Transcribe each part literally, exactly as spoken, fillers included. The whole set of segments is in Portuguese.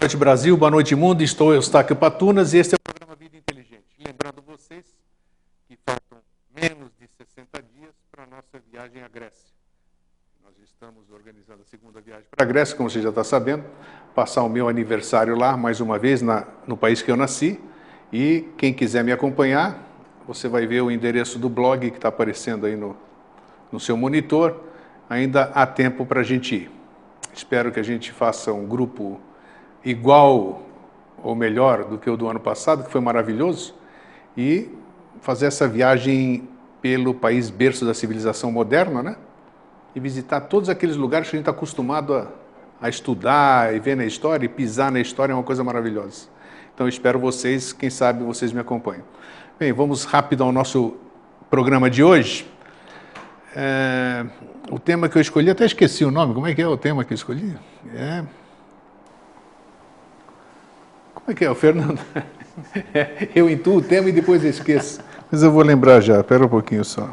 noite, Brasil. Boa noite, mundo. Estou Eustáquio Patunas e este é o programa Vida Inteligente. Lembrando vocês que faltam menos de sessenta dias para a nossa viagem à Grécia. Nós estamos organizando a segunda viagem para a Grécia, como você já está sabendo. Passar o meu aniversário lá, mais uma vez, na, no país que eu nasci. E quem quiser me acompanhar, você vai ver o endereço do blog que está aparecendo aí no, no seu monitor. Ainda há tempo para a gente ir. Espero que a gente faça um grupo igual ou melhor do que o do ano passado, que foi maravilhoso, e fazer essa viagem pelo país berço da civilização moderna, né? E visitar todos aqueles lugares que a gente está acostumado a, a estudar e ver na história, e pisar na história é uma coisa maravilhosa. Então eu espero vocês, quem sabe vocês me acompanham. Bem, vamos rápido ao nosso programa de hoje. É, o tema que eu escolhi, até esqueci o nome, como é que é o tema que eu escolhi? É... Como é que é, o Fernando? Eu intuo o tema e depois esqueço. Mas eu vou lembrar já, espera um pouquinho só.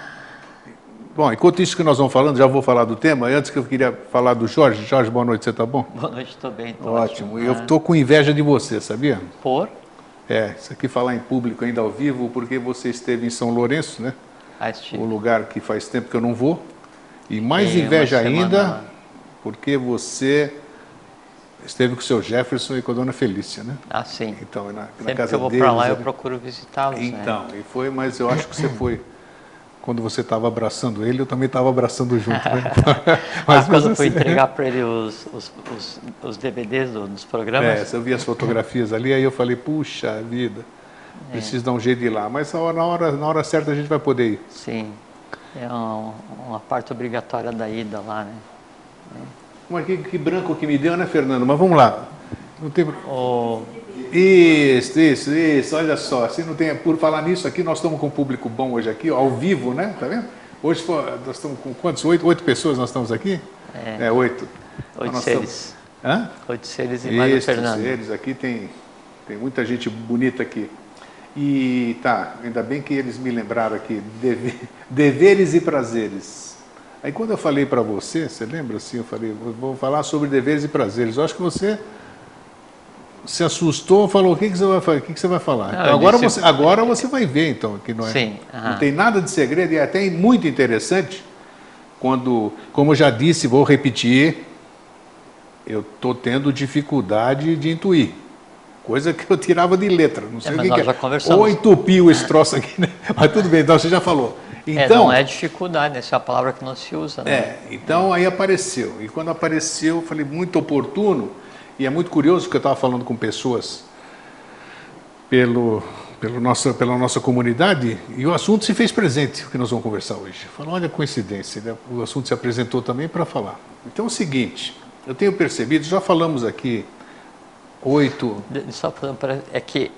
Bom, enquanto isso que nós vamos falando, já vou falar do tema. Antes que eu queria falar do Jorge. Jorge, boa noite, você está bom? Boa noite, estou bem. Tô ótimo. ótimo. Eu estou com inveja de você, sabia? Por? É, isso aqui falar em público ainda ao vivo, porque você esteve em São Lourenço, né? Ah, estive. O lugar que faz tempo que eu não vou. E mais Tem inveja uma ainda, semana... porque você esteve com o seu Jefferson e com a dona Felícia, né? Ah, sim. Então, na, na Sempre casa que eu vou deles, para lá, eu ali. procuro visitá-los. Então, né? e foi, mas eu acho que você foi. Quando você estava abraçando ele, eu também estava abraçando junto, né? Mas, ah, quando eu fui entregar para ele os, os, os, os D V Ds do, dos programas. É, eu vi as fotografias ali, aí eu falei, puxa vida, preciso é. dar um jeito de ir lá. Mas na hora, na hora certa a gente vai poder ir. Sim, é uma, uma parte obrigatória da ida lá, né? É. Mas que, que branco que me deu, né, Fernando? Mas vamos lá. Não tem... O... Isso, isso, isso, olha só. Se não tem, por falar nisso aqui, nós estamos com um público bom hoje aqui, ao vivo, né? Tá vendo? Hoje nós estamos com quantos? Oito, oito pessoas nós estamos aqui? É, é oito. Oito nós seres. Estamos... Hã? Oito seres e mais o Fernando. seres, aqui tem, tem muita gente bonita aqui. E tá, ainda bem que eles me lembraram aqui, deve, deveres e prazeres. Aí quando eu falei para você, você lembra assim, eu falei, vou falar sobre deveres e prazeres. Eu acho que você se assustou, falou, o que, que você vai falar? O que, que você vai falar? Não, então, agora, disse... você, agora você vai ver, então, que não é. Sim, uh-huh. Não tem nada de segredo, e é até muito interessante, quando, como eu já disse, vou repetir, eu estou tendo dificuldade de intuir. Coisa que eu tirava de letra, não sei é, o mas que, nós que já é. conversamos. Ou entupiu esse troço aqui, né? Mas tudo bem, então você já falou. Então, é, não é dificuldade, essa é a palavra que não se usa. Né? É, então aí apareceu. E quando apareceu, eu falei, muito oportuno, e é muito curioso porque eu estava falando com pessoas pelo, pelo nossa, pela nossa comunidade, e o assunto se fez presente, o que nós vamos conversar hoje. Falando, olha a coincidência, né? O assunto se apresentou também para falar. Então é o seguinte, eu tenho percebido, já falamos aqui, oito... Só para, é que...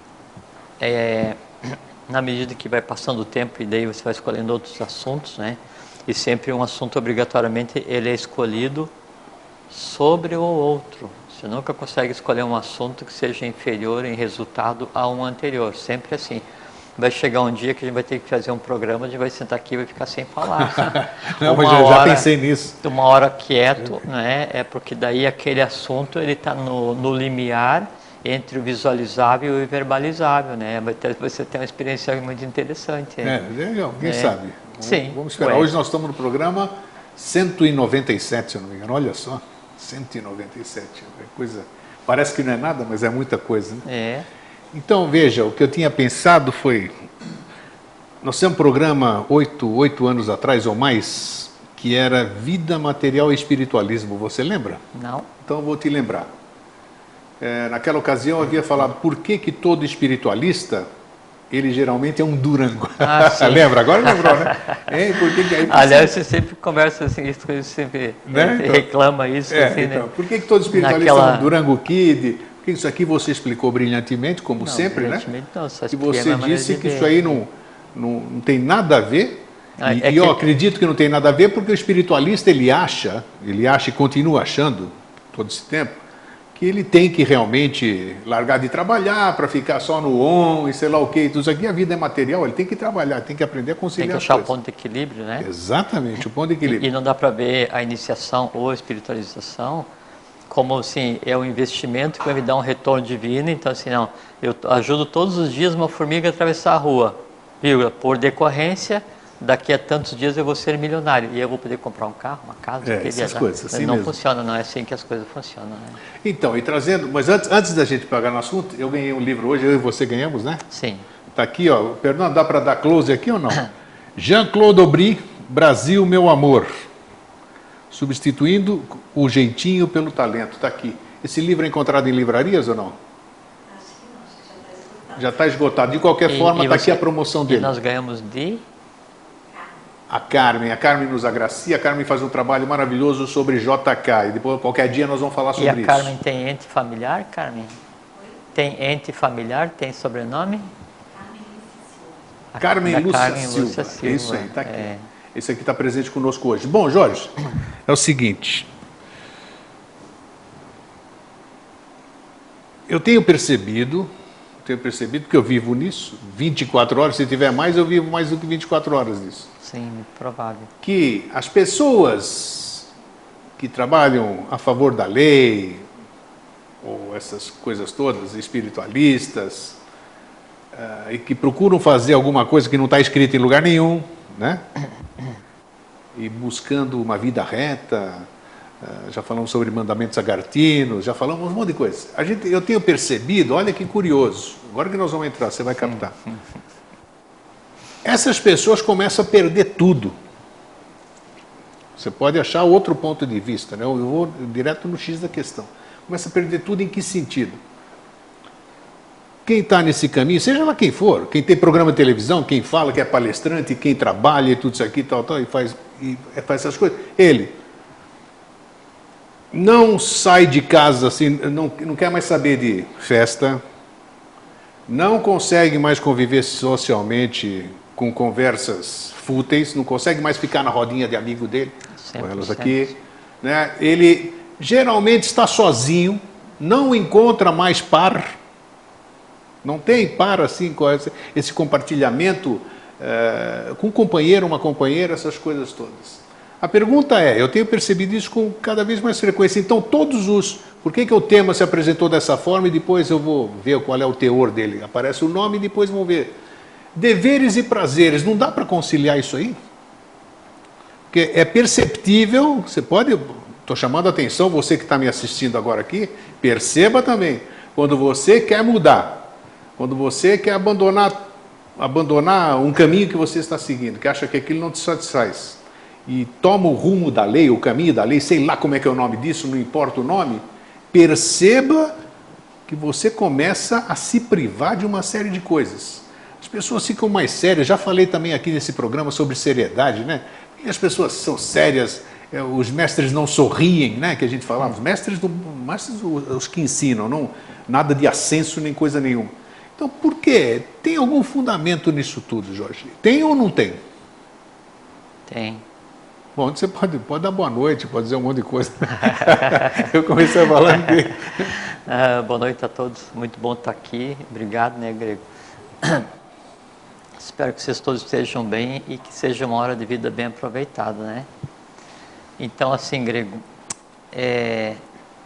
É, na medida que vai passando o tempo e daí você vai escolhendo outros assuntos, né? E sempre um assunto obrigatoriamente ele é escolhido sobre o outro. Você nunca consegue escolher um assunto que seja inferior em resultado a um anterior. Sempre assim. Vai chegar um dia que a gente vai ter que fazer um programa, a gente vai sentar aqui e vai ficar sem falar. Não, mas já, hora, já pensei nisso. Uma hora quieto, né? É porque daí aquele assunto ele está no, no limiar entre o visualizável e o verbalizável, né? Você tem uma experiência muito interessante. É, legal, quem é. sabe? Sim. Vamos esperar. Ué. Hoje nós estamos no programa cento e noventa e sete, se eu não me engano. Olha só, cento e noventa e sete. É coisa... Parece que não é nada, mas é muita coisa. Né? É. Então, veja, o que eu tinha pensado foi... Nós temos um programa oito, oito anos atrás ou mais, que era Vida, Material e Espiritualismo. Você lembra? Não. Então eu vou te lembrar. É, naquela ocasião eu havia falado por que, que todo espiritualista, ele geralmente é um Durango. Ah, sim. Lembra? Agora lembrou, né? É, por que que aí, aliás, você sempre conversa assim, você sempre né? então, reclama isso. É, assim, então, né? Por que, que todo espiritualista Naquela... é um Durango Kid? Porque isso aqui você explicou brilhantemente, como não, sempre, brilhantemente né? Não, só que você disse que ver. isso aí não, não, não tem nada a ver. Ah, e, é e eu que... acredito que não tem nada a ver porque o espiritualista, ele acha, ele acha e continua achando, todo esse tempo, que ele tem que realmente largar de trabalhar para ficar só no on e sei lá o que, tudo isso aqui, a vida é material, ele tem que trabalhar, tem que aprender a conciliar. Tem que achar o ponto de equilíbrio, né? Exatamente, o ponto de equilíbrio. E, e não dá para ver a iniciação ou a espiritualização como assim, é um investimento que vai me dar um retorno divino. Então assim, não, eu ajudo todos os dias uma formiga a atravessar a rua, vírgula, por decorrência, daqui a tantos dias eu vou ser milionário e eu vou poder comprar um carro, uma casa, é, essas viajar. coisas, assim não mesmo. funciona, não é assim que as coisas funcionam, né? Então, e trazendo, mas antes, antes da gente pegar no assunto, eu ganhei um livro hoje, eu e você ganhamos, né? Sim. Tá aqui, ó, perdão, dá para dar close aqui ou não? Jean-Claude Aubry, Brasil, meu amor. Substituindo o jeitinho pelo talento, tá aqui. Esse livro é encontrado em livrarias ou não? Já está esgotado. De qualquer E- forma, e está você- aqui a promoção E dele. nós ganhamos de... A Carmen, a Carmen nos agracia, a Carmen faz um trabalho maravilhoso sobre J K, e depois qualquer dia nós vamos falar sobre E a isso. Carmen tem ente familiar, Carmen? Tem ente familiar, tem sobrenome? A- Carmen da Lúcia, Carmen Silva. Lúcia É Silva. isso aí, está aqui. É. Esse aqui está presente conosco hoje. Bom, Jorge, é o seguinte. Eu tenho percebido, tenho percebido que eu vivo nisso, vinte e quatro horas, se tiver mais, eu vivo mais do que vinte e quatro horas nisso. Sim, provável. Que as pessoas que trabalham a favor da lei, ou essas coisas todas, espiritualistas, uh, e que procuram fazer alguma coisa que não está escrita em lugar nenhum, né? E buscando uma vida reta, uh, já falamos sobre mandamentos agartinos, já falamos um monte de coisa. A gente, eu tenho percebido, olha que curioso, agora que nós vamos entrar, você vai captar. Essas pessoas começam a perder tudo. Você pode achar outro ponto de vista, né? Eu vou direto no X da questão. Começa a perder tudo em que sentido? Quem está nesse caminho, seja lá quem for, quem tem programa de televisão, quem fala que é palestrante, quem trabalha e tudo isso aqui, tal, tal, e faz, e faz essas coisas, ele não sai de casa assim, não, não quer mais saber de festa, não consegue mais conviver socialmente com conversas fúteis, não consegue mais ficar na rodinha de amigo dele, com elas aqui, né? Ele geralmente está sozinho, não encontra mais par, não tem par assim, com esse, esse compartilhamento é, com um companheiro, uma companheira, essas coisas todas. A pergunta é, eu tenho percebido isso com cada vez mais frequência, então todos os... Por que, que o tema se apresentou dessa forma e depois eu vou ver qual é o teor dele? Aparece o nome e depois vamos ver. Deveres e prazeres, não dá para conciliar isso aí? Porque é perceptível, você pode... Estou chamando a atenção, você que está me assistindo agora aqui, perceba também, quando você quer mudar, quando você quer abandonar, abandonar um caminho que você está seguindo, que acha que aquilo não te satisfaz, e toma o rumo da lei, o caminho da lei, sei lá como é que é o nome disso, não importa o nome, perceba que você começa a se privar de uma série de coisas. As pessoas ficam mais sérias, já falei também aqui nesse programa sobre seriedade, né? E as pessoas são sérias, os mestres não sorriem, né? Que a gente falava, os mestres, do, mestres os que ensinam, não, nada de ascenso nem coisa nenhuma. Então, por quê? Tem algum fundamento nisso tudo, Jorge? Tem ou não tem? Tem. Bom, você pode, pode dar boa noite, pode dizer um monte de coisa. Eu comecei a falar que... Ah, boa noite a todos, muito bom estar aqui. Obrigado, né, Grego? Espero que vocês todos estejam bem e que seja uma hora de vida bem aproveitada, né? Então, assim, Grego, é...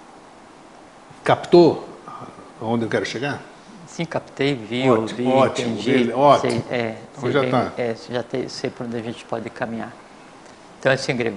Captou onde eu quero chegar? Sim, captei, vi, Ótimo, ouvi, ótimo, entendi. beleza, ótimo. Sei, é, Então sei já bem, tá. é, já te, sei por onde a gente pode caminhar. Então, assim, Grego,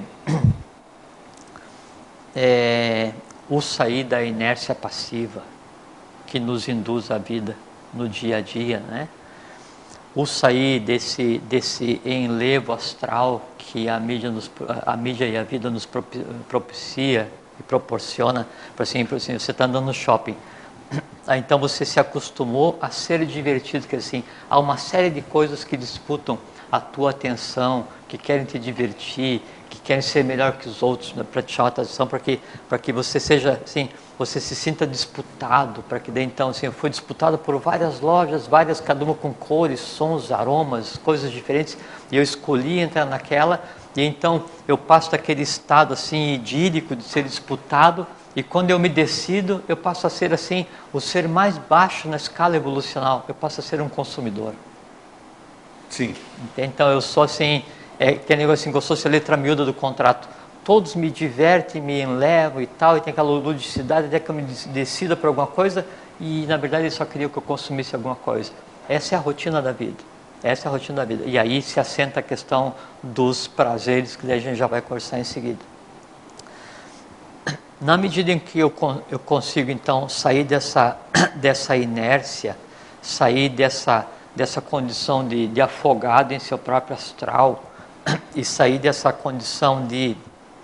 é, o sair da inércia passiva que nos induz à vida no dia a dia, né? O sair desse, desse enlevo astral que a mídia, nos, a mídia e a vida nos propicia e proporciona, por assim, por assim, você está andando no shopping, ah, então você se acostumou a ser divertido, que assim, há uma série de coisas que disputam a tua atenção, que querem te divertir, que querem ser melhor que os outros, né, para te chamar a atenção, para que, para que você seja, assim, você se sinta disputado, para que daí então, assim, eu fui disputado por várias lojas, várias, cada uma com cores, sons, aromas, coisas diferentes, e eu escolhi entrar naquela, e então eu passo daquele estado, assim, idílico de ser disputado, e quando eu me decido, eu passo a ser, assim, o ser mais baixo na escala evolucional, eu passo a ser um consumidor. Sim. Então eu sou assim, é, tem negócio assim, que eu sou a letra miúda do contrato. todos me divertem, me enlevam e tal, e tem aquela ludicidade até que eu me decida por alguma coisa, e na verdade eles só queriam que eu consumisse alguma coisa. Essa é a rotina da vida. Essa é a rotina da vida. E aí se assenta a questão dos prazeres, que daí a gente já vai conversar em seguida. Na medida em que eu, eu consigo, então, sair dessa, dessa inércia, sair dessa, dessa condição de, de afogado em seu próprio astral, e sair dessa condição de,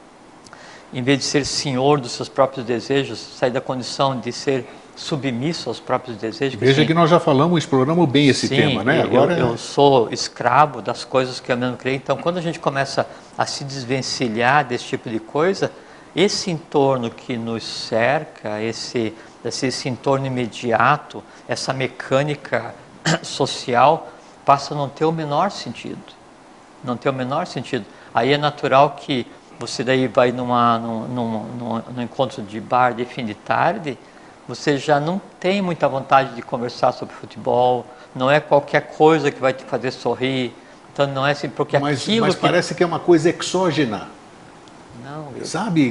em vez de ser senhor dos seus próprios desejos, sair da condição de ser submisso aos próprios desejos. Veja que, que nós já falamos, exploramos bem esse sim, tema, né? Agora eu, eu sou escravo das coisas que eu mesmo criei. Então, quando a gente começa a se desvencilhar desse tipo de coisa, esse entorno que nos cerca, esse, esse, esse entorno imediato, essa mecânica social, passa a não ter o menor sentido. Não tem o menor sentido. Aí é natural que você daí vai numa, num, num, num, num encontro de bar de fim de tarde, você já não tem muita vontade de conversar sobre futebol, não é qualquer coisa que vai te fazer sorrir, então não é assim, porque mas, aquilo mas que... parece que é uma coisa exógena. Não, eu... Sabe,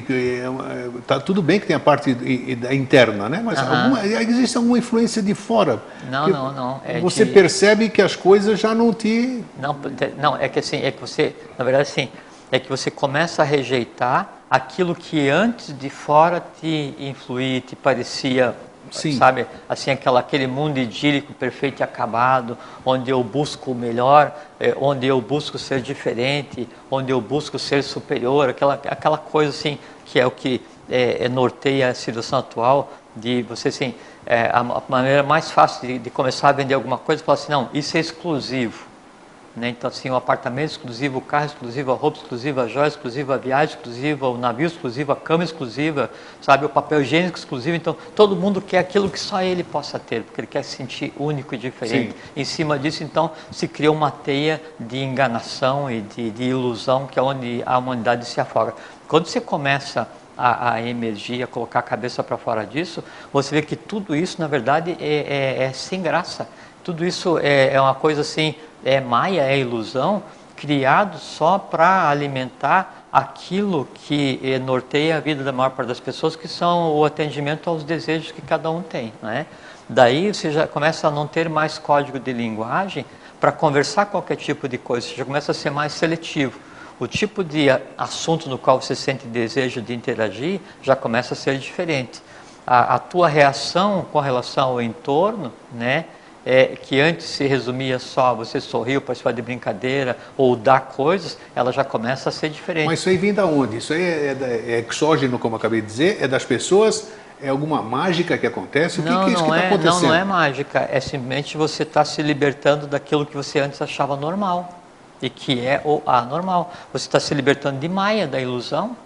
tá tudo bem que tem a parte interna, né? Mas Aham. alguma, existe alguma influência de fora. Não, não, não. É você de... percebe que as coisas já não te... Não, não, é que assim, é que você, na verdade assim, é que você começa a rejeitar aquilo que antes de fora te influía, te parecia, Sim. sabe, assim, aquela, aquele mundo idílico, perfeito e acabado, onde eu busco o melhor, é, onde eu busco ser diferente, onde eu busco ser superior, aquela, aquela coisa assim, que é o que é, é, norteia a situação atual, de você assim, é, a maneira mais fácil de, de começar a vender alguma coisa, falar assim, não, isso é exclusivo. Né? Então, assim, o apartamento exclusivo, o carro exclusivo, a roupa exclusiva, a joia exclusiva, a viagem exclusiva, o navio exclusivo, a cama exclusiva, sabe, o papel higiênico exclusivo. Então, todo mundo quer aquilo que só ele possa ter, porque ele quer se sentir único e diferente. Sim. Em cima disso, então, se cria uma teia de enganação e de, de ilusão, que é onde a humanidade se afoga. Quando você começa a, a emergir, a colocar a cabeça para fora disso, você vê que tudo isso, na verdade, é, é, é sem graça. Tudo isso é, é uma coisa assim, é maia, é ilusão, criado só para alimentar aquilo que eh, norteia a vida da maior parte das pessoas, que são o atendimento aos desejos que cada um tem. Né? Daí você já começa a não ter mais código de linguagem para conversar qualquer tipo de coisa, você já começa a ser mais seletivo. O tipo de assunto no qual você sente desejo de interagir já começa a ser diferente. A, a tua reação com relação ao entorno, né? É, que antes se resumia só você sorrir, participar de brincadeira ou dar coisas, ela já começa a ser diferente. Mas isso aí vem da onde? Isso aí é, é, é exógeno, como eu acabei de dizer? É das pessoas? É alguma mágica que acontece? O não, que, que é isso não que está é, acontecendo? Não, não é mágica. É simplesmente você estar tá se libertando daquilo que você antes achava normal. E que é o anormal. Você está se libertando de maia, da ilusão.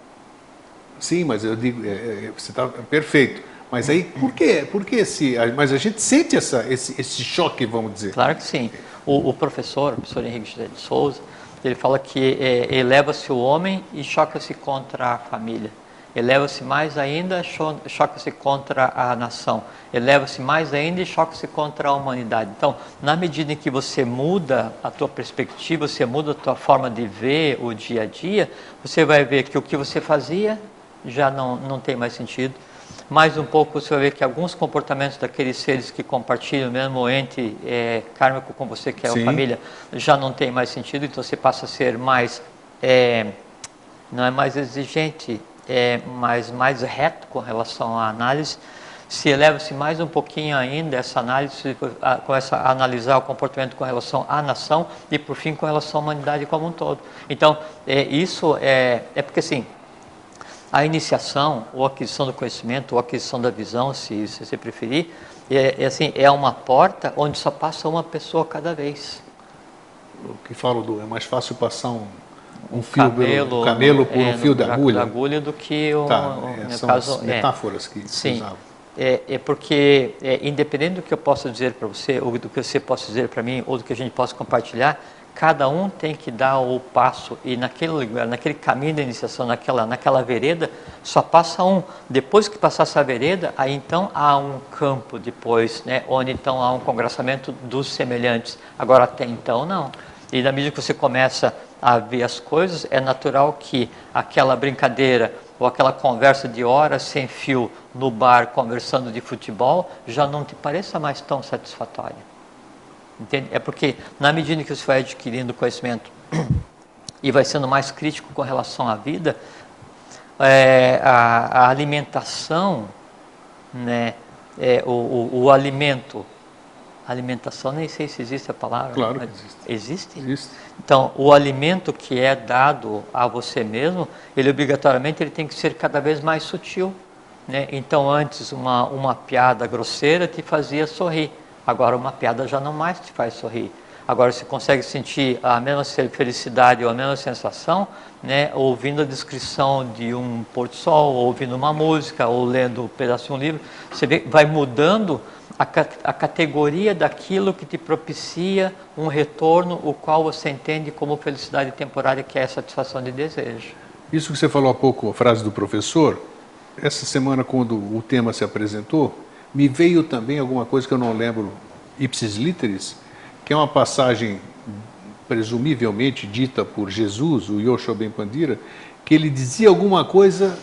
Sim, mas eu digo, é, é, você está perfeito. Mas aí, por quê? Por que esse, mas a gente sente essa, esse, esse choque, vamos dizer. Claro que sim. O, o professor, o professor Henrique de Souza, ele fala que é, eleva-se o homem e choca-se contra a família. Eleva-se mais ainda, choca-se contra a nação. Eleva-se mais ainda e choca-se contra a humanidade. Então, na medida em que você muda a tua perspectiva, você muda a tua forma de ver o dia a dia, você vai ver que o que você fazia já não, não tem mais sentido. Mais um pouco você vai ver que alguns comportamentos daqueles seres que compartilham o mesmo ente é, kármico com você, que é Sim. a família, já não tem mais sentido, então você passa a ser mais, é, não é mais exigente, é mais, mais reto com relação à análise. Se eleva-se mais um pouquinho ainda essa análise, você começa a analisar o comportamento com relação à nação e, por fim, com relação à humanidade como um todo. Então, é, isso é, é porque assim, a iniciação, ou a aquisição do conhecimento, ou a aquisição da visão, se, se você preferir, é, é, assim, é uma porta onde só passa uma pessoa cada vez. O que falo do, é mais fácil passar um, um, um fio camelo, pelo, camelo por é, um fio da agulha. da agulha do que o, tá, o é, no são caso, as metáforas que sim, se usavam. É, é porque, é, independente do que eu possa dizer para você, ou do que você possa dizer para mim, ou do que a gente possa compartilhar, cada um tem que dar o passo, e naquele lugar, naquele caminho da iniciação, naquela, naquela vereda, só passa um. Depois que passar essa vereda, aí então há um campo depois, né, onde então há um congraçamento dos semelhantes. Agora até então não. E na medida que você começa a ver as coisas, é natural que aquela brincadeira ou aquela conversa de horas sem fio no bar conversando de futebol já não te pareça mais tão satisfatória. Entende? É porque na medida que você vai adquirindo conhecimento e vai sendo mais crítico com relação à vida, é, a, a alimentação, né, é, o, o, o alimento, alimentação, nem sei se existe a palavra. Claro que existe. Existe? Existe. Então, o alimento que é dado a você mesmo, ele obrigatoriamente ele tem que ser cada vez mais sutil, né? Então, antes uma, uma piada grosseira te fazia sorrir, agora uma piada já não mais te faz sorrir. Agora você consegue sentir a mesma felicidade ou a mesma sensação, né, ouvindo a descrição de um pôr do sol, ou ouvindo uma música, ou lendo um pedaço de um livro. Você vê, vai mudando a, a categoria daquilo que te propicia um retorno, o qual você entende como felicidade temporária, que é a satisfação de desejo. Isso que você falou há pouco, a frase do professor, essa semana quando o tema se apresentou, me veio também alguma coisa que eu não lembro, ipsis literis, que é uma passagem presumivelmente dita por Jesus, o Yoshua Ben Pandira, que ele dizia alguma coisa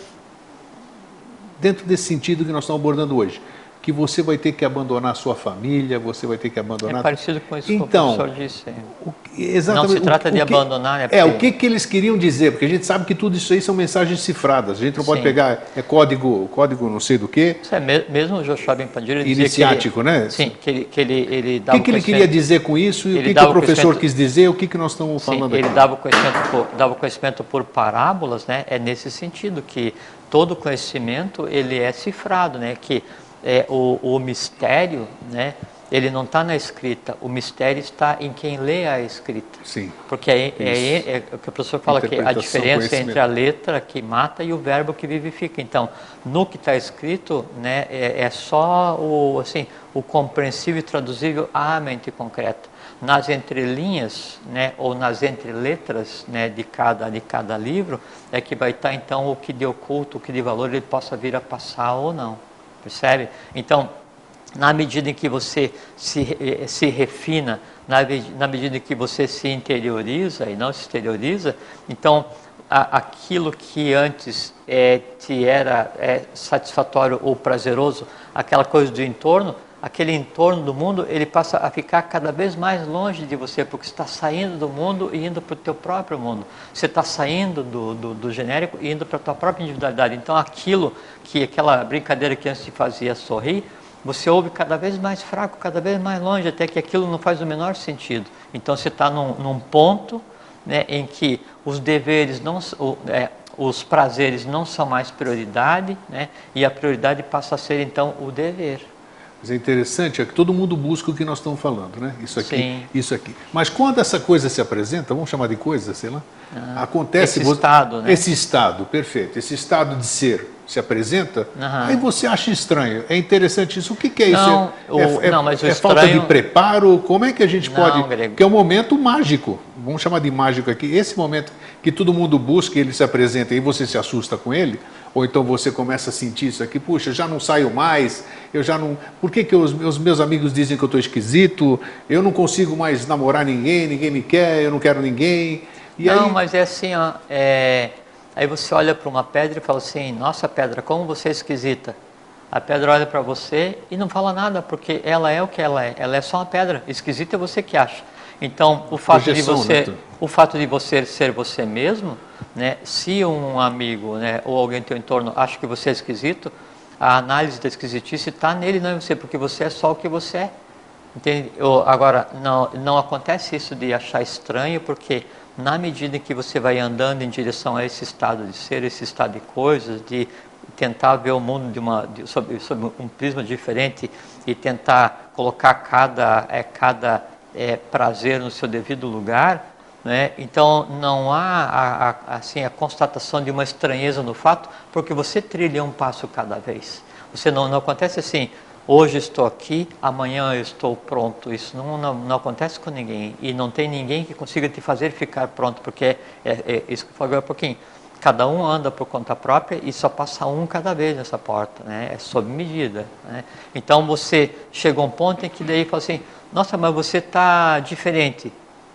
dentro desse sentido que nós estamos abordando hoje, que você vai ter que abandonar a sua família, você vai ter que abandonar... É parecido com isso então, que o professor disse. O, exatamente, não se trata o, de o que, abandonar... É, é o que, que eles queriam dizer, porque a gente sabe que tudo isso aí são mensagens cifradas, a gente não pode Sim. pegar, é código, código não sei do quê. Isso é mesmo o Joshua Ben Pandira dizia iniciático, que ele, né? Sim, que ele, que ele, ele O dava que, que ele queria dizer com isso e o que, que o professor quis dizer, o que, que nós estamos sim, falando ele aqui? dava o conhecimento por, dava o conhecimento por parábolas, né? É nesse sentido que todo conhecimento ele é cifrado, né? Que é, o, o mistério, né? Ele não está na escrita, o mistério está em quem lê a escrita. Sim. Porque é, é, é o que o professor fala, que a diferença entre a letra que mata e o verbo que vivifica. Então, no que está escrito, né, é, é só o, assim, o compreensível e traduzível à mente concreta. Nas entrelinhas, né, ou nas entreletras, né, de, cada, de cada livro, é que vai estar então o que de oculto, o que de valor ele possa vir a passar ou não. Percebe? Então, na medida em que você se, se refina, na, na medida em que você se interioriza e não se exterioriza, então a, aquilo que antes é, te era é, satisfatório ou prazeroso, aquela coisa do entorno, aquele entorno do mundo, ele passa a ficar cada vez mais longe de você, porque você está saindo do mundo e indo para o teu próprio mundo. Você está saindo do, do, do genérico e indo para a tua própria individualidade. Então aquilo que, aquela brincadeira que antes te fazia sorrir, você ouve cada vez mais fraco, cada vez mais longe, até que aquilo não faz o menor sentido. Então você está num, num ponto, né, em que os deveres, não, é, os prazeres não são mais prioridade, né, e a prioridade passa a ser então o dever. Mas é interessante, é que todo mundo busca o que nós estamos falando, né? Isso aqui, Sim. isso aqui. Mas quando essa coisa se apresenta, vamos chamar de coisa, sei lá, ah, acontece... Esse você, estado, né? Esse estado, perfeito. Esse estado de ser se apresenta, uhum. aí você acha estranho. É interessante isso. O que, que é isso? Não, é, o, é, não, mas é o falta estranho... de preparo? Como é que a gente não, pode... Grego. Porque é um momento mágico. Vamos chamar de mágico aqui. Esse momento que todo mundo busca e ele se apresenta e você se assusta com ele, ou então você começa a sentir isso aqui, puxa, já não saio mais, eu já não... Por que, que os, os meus amigos dizem que eu estou esquisito? Eu não consigo mais namorar ninguém, ninguém me quer, eu não quero ninguém. E não, aí... mas é assim, ó, é... aí você olha para uma pedra e fala assim, nossa pedra, como você é esquisita. A pedra olha para você e não fala nada, porque ela é o que ela é, ela é só uma pedra, esquisita é você que acha. Então, o fato, Projeção, de você, né? o fato de você ser você mesmo, né, se um amigo, né, ou alguém do teu entorno acha que você é esquisito, a análise da esquisitice está nele, não em você, porque você é só o que você é. Entende? Eu, agora, não, não acontece isso de achar estranho, porque na medida em que você vai andando em direção a esse estado de ser, esse estado de coisas, de tentar ver o mundo de uma, de, sob, sob um prisma diferente e tentar colocar cada... É, cada É, prazer no seu devido lugar, né? Então não há a, a, assim, a constatação de uma estranheza no fato, porque você trilha um passo cada vez. Você não, não acontece assim, hoje estou aqui, amanhã eu estou pronto. Isso não, não, não acontece com ninguém, e não tem ninguém que consiga te fazer ficar pronto, porque é, é, é isso que eu falei agora um pouquinho. Cada um anda por conta própria e só passa um cada vez nessa porta, né? É sob medida, né? Então você chega a um ponto em que daí fala assim, nossa, mas você está diferente.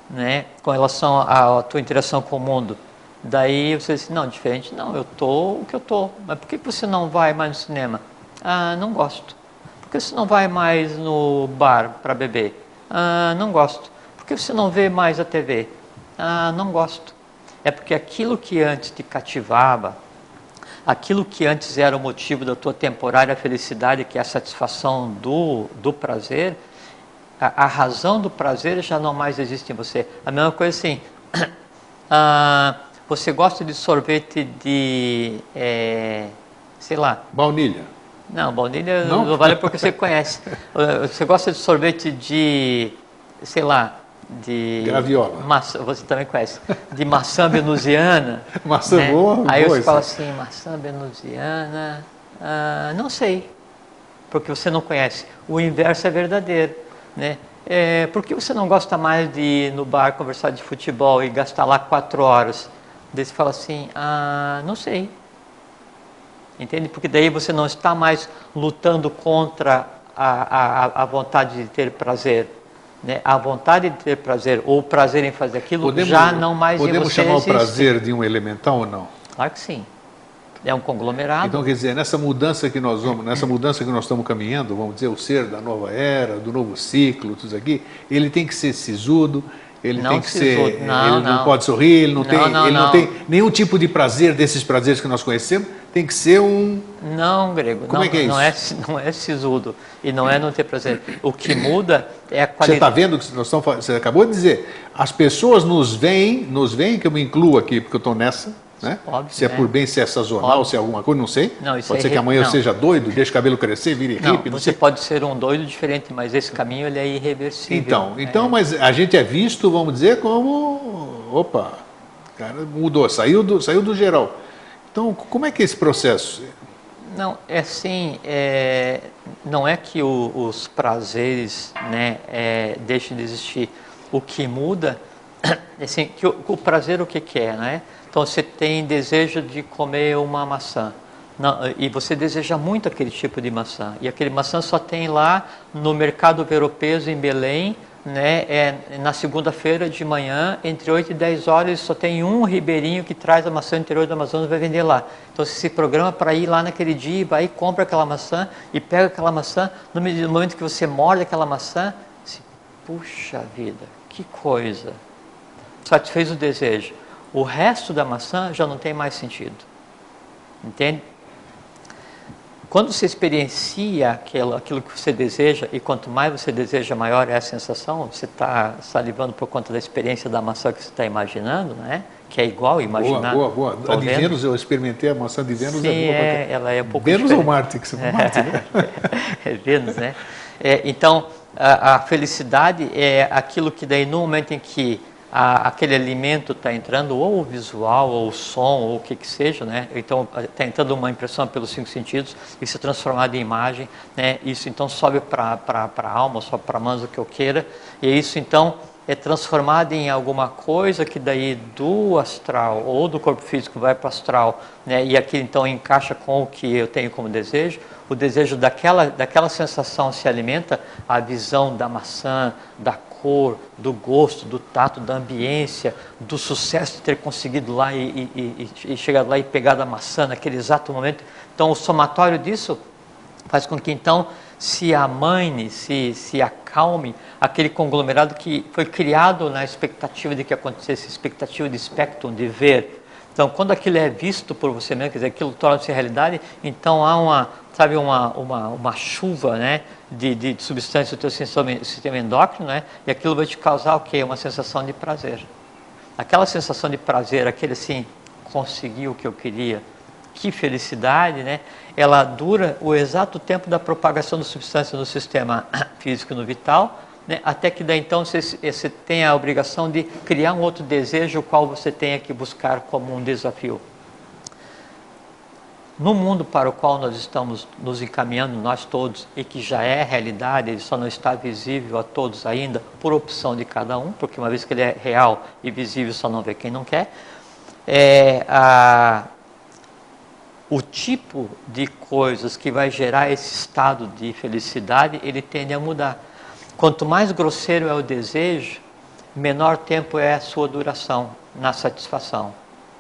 né, com relação à, à tua interação com o mundo. Daí você diz, não, diferente, não, eu tô o que eu tô. Mas por que você não vai mais no cinema? Ah, não gosto. Por que você não vai mais no bar para beber? Ah, não gosto. Por que você não vê mais a T V? Ah, não gosto. É porque aquilo que antes te cativava, aquilo que antes era o motivo da tua temporária felicidade, que é a satisfação do, do prazer, a, a razão do prazer já não mais existe em você. A mesma coisa assim, ah, você gosta de sorvete de, é, sei lá... Baunilha. Não, baunilha não, não vale porque você conhece. Você gosta de sorvete de, sei lá, de... Graviola. Maçã, você também conhece. De maçã venusiana. Maçã né? boa. Aí boa você fala assim, maçã venusiana, ah, não sei, porque você não conhece. O inverso é verdadeiro, né? É, por que você não gosta mais de ir no bar conversar de futebol e gastar lá quatro horas? Daí você fala assim, ah, não sei. Entende? Porque daí você não está mais lutando contra a, a, a vontade de ter prazer. Né? A vontade de ter prazer, ou o prazer em fazer aquilo, podemos, já não mais em você Podemos chamar existe. o prazer de um elemental ou não? Claro que sim. É um conglomerado. Então, quer dizer, nessa mudança que nós vamos, nessa mudança que nós estamos caminhando, vamos dizer, o ser da nova era, do novo ciclo, tudo isso aqui, ele tem que ser sisudo, ele não tem que sisudo. ser, não, ele não. não pode sorrir, ele não não, tem, não, ele não. não tem nenhum tipo de prazer desses prazeres que nós conhecemos, tem que ser um... Não, Grego, Como não, é que é não, isso? é, não é sisudo e não é não ter prazer. O que muda é a Você qualidade. está vendo que nós estamos, você acabou de dizer, as pessoas nos veem, nos veem, que eu me incluo aqui, porque eu estou nessa, né? Óbvio, se é né? por bem, se é sazonal, Óbvio. se é alguma coisa, não sei. Não, isso pode é ser que re- amanhã eu não. seja doido, deixe o cabelo crescer, vire Não, hippie, não você sei. pode ser um doido diferente, mas esse caminho ele é irreversível. Então, então, é. mas a gente é visto, vamos dizer, como, opa, cara, mudou, saiu do, saiu do geral. Então, como é que é esse processo? Não, é assim, é, não é que o, os prazeres, né, é, deixem de existir. O que muda, é assim, que o, o prazer o que, que é, né? Então você tem desejo de comer uma maçã. Não, e você deseja muito aquele tipo de maçã. E aquele maçã só tem lá no mercado Ver-o-Peso em Belém, né, é, na segunda-feira de manhã, entre oito e dez horas, só tem um ribeirinho que traz a maçã do interior do Amazonas e vai vender lá. Então você se programa para ir lá naquele dia e vai e compra aquela maçã e pega aquela maçã. No momento que você morde aquela maçã, você, puxa vida, que coisa. Satisfez o desejo. O resto da maçã já não tem mais sentido. Entende? Quando você experiencia aquilo, aquilo que você deseja, e quanto mais você deseja, maior é a sensação, você está salivando por conta da experiência da maçã que você está imaginando, né? Que é igual imaginar. Boa, boa, boa. A de Vênus, eu experimentei a maçã de Vênus. Sim, é boa é, pra... ela é um pouco Vênus diferente. ou Marte? Que você... é. Marte, né? É Vênus, né? É, então, a, a felicidade é aquilo que daí, no momento em que a, aquele alimento está entrando, ou o visual, ou o som, ou o que que seja, né? Então, está entrando uma impressão pelos cinco sentidos, isso é transformado em imagem, né? Isso então sobe para a alma, sobe para a mãos, o que eu queira, e isso então é transformado em alguma coisa que daí do astral, ou do corpo físico vai para o astral, né? E aquilo então encaixa com o que eu tenho como desejo. O desejo daquela, daquela sensação se alimenta, a visão da maçã, da cor, do gosto, do tato, da ambiência, do sucesso de ter conseguido lá e, e, e, e chegado lá e pegado a maçã naquele exato momento. Então o somatório disso faz com que então se amane, se, se acalme aquele conglomerado que foi criado na expectativa de que acontecesse, expectativa de spectrum, de ver. Então, quando aquilo é visto por você mesmo, quer dizer, aquilo torna-se realidade, então há uma, sabe, uma, uma, uma chuva, né, de, de substâncias do teu sistema endócrino, né, e aquilo vai te causar o quê? Uma sensação de prazer. Aquela sensação de prazer, aquele assim, consegui o que eu queria, que felicidade, né, ela dura o exato tempo da propagação da substância no sistema físico e no vital, né, até que daí então você, você tem a obrigação de criar um outro desejo, o qual você tenha que buscar como um desafio. No mundo para o qual nós estamos nos encaminhando, nós todos, e que já é realidade, ele só não está visível a todos ainda, por opção de cada um, porque uma vez que ele é real e visível, só não vê quem não quer, é, a, o tipo de coisas que vai gerar esse estado de felicidade, ele tende a mudar. Quanto mais grosseiro é o desejo, menor tempo é a sua duração na satisfação.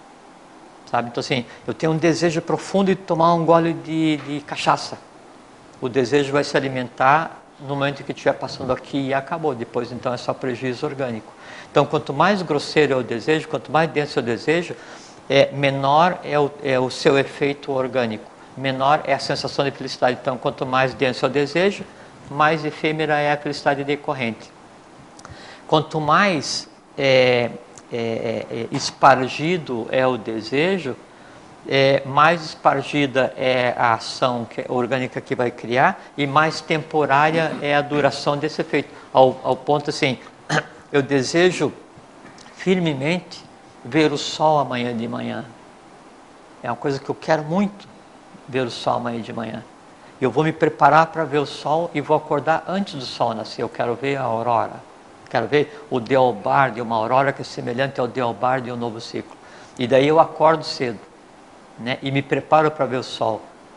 Sabe? Então assim, eu tenho um desejo profundo de tomar um gole de, de cachaça. O desejo vai se alimentar no momento que estiver passando aqui e acabou. Depois então é só prejuízo orgânico. Então quanto mais grosseiro é o desejo, quanto mais denso é o desejo, é, menor é o, é o seu efeito orgânico. Menor é a sensação de felicidade. Então quanto mais denso é o desejo, mais efêmera é a felicidade decorrente. Quanto mais é, é, é, espargido é o desejo, é, mais espargida é a ação que, orgânica que vai criar e mais temporária é a duração desse efeito. Ao, ao ponto assim, eu desejo firmemente ver o sol amanhã de manhã. É uma coisa que eu quero muito, ver o sol amanhã de manhã. Eu vou me preparar para ver o sol e vou acordar antes do sol nascer. Eu quero ver a aurora. Quero ver o Deobar de uma aurora que é semelhante ao Deobar de um novo ciclo. E daí eu acordo cedo, né, e me preparo para ver o sol.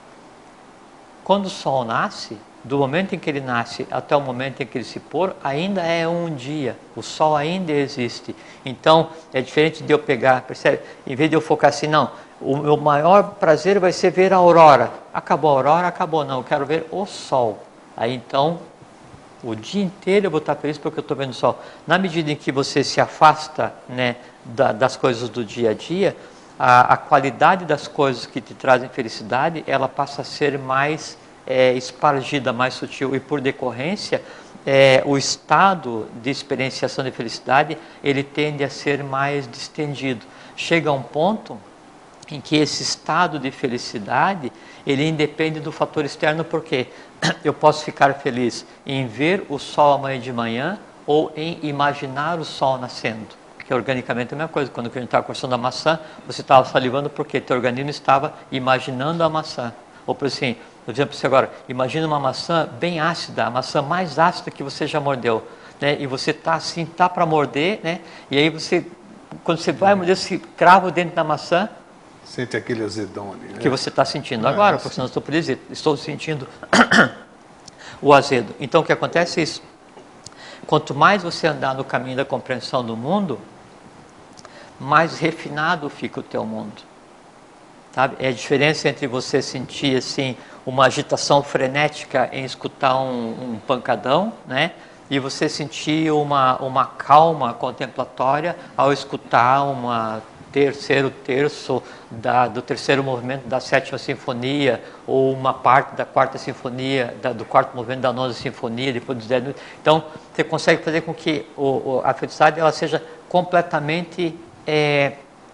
Quando o sol nasce, do momento em que ele nasce até o momento em que ele se pôr, ainda é um dia. O sol ainda existe. Então, é diferente de eu pegar, percebe? Em vez de eu focar assim, não, o meu maior prazer vai ser ver a aurora. Acabou a aurora, acabou. Não, eu quero ver o sol. Aí então, o dia inteiro eu vou estar feliz porque eu estou vendo o sol. Na medida em que você se afasta, né, da, das coisas do dia a dia, a, a qualidade das coisas que te trazem felicidade, ela passa a ser mais é, espargida, mais sutil. E por decorrência, é, o estado de experienciação de felicidade, ele tende a ser mais distendido. Chega a um ponto em que esse estado de felicidade, ele independe do fator externo, porque eu posso ficar feliz em ver o sol amanhã de manhã ou em imaginar o sol nascendo, que organicamente é a mesma coisa. Quando a gente estava conversando da maçã, você estava salivando porque teu organismo estava imaginando a maçã. Ou por assim, por exemplo, você agora, imagina uma maçã bem ácida, a maçã mais ácida que você já mordeu, né? E você está assim, está para morder, né? E aí você, quando você vai morder, você crava o dente da maçã, sente aquele azedão ali, né? Que você está sentindo agora, porque senão estou por dizer, estou sentindo o azedo. Então o que acontece é isso. Quanto mais você andar no caminho da compreensão do mundo, mais refinado fica o teu mundo. Sabe? É a diferença entre você sentir assim uma agitação frenética em escutar um, um pancadão, né? E você sentir uma, uma calma contemplatória ao escutar uma terceiro terço da, do terceiro movimento da sétima sinfonia, ou uma parte da quarta sinfonia, da, do quarto movimento da nona sinfonia, depois dos dez. Então, você consegue fazer com que o, o, a felicidade ela seja completamente é,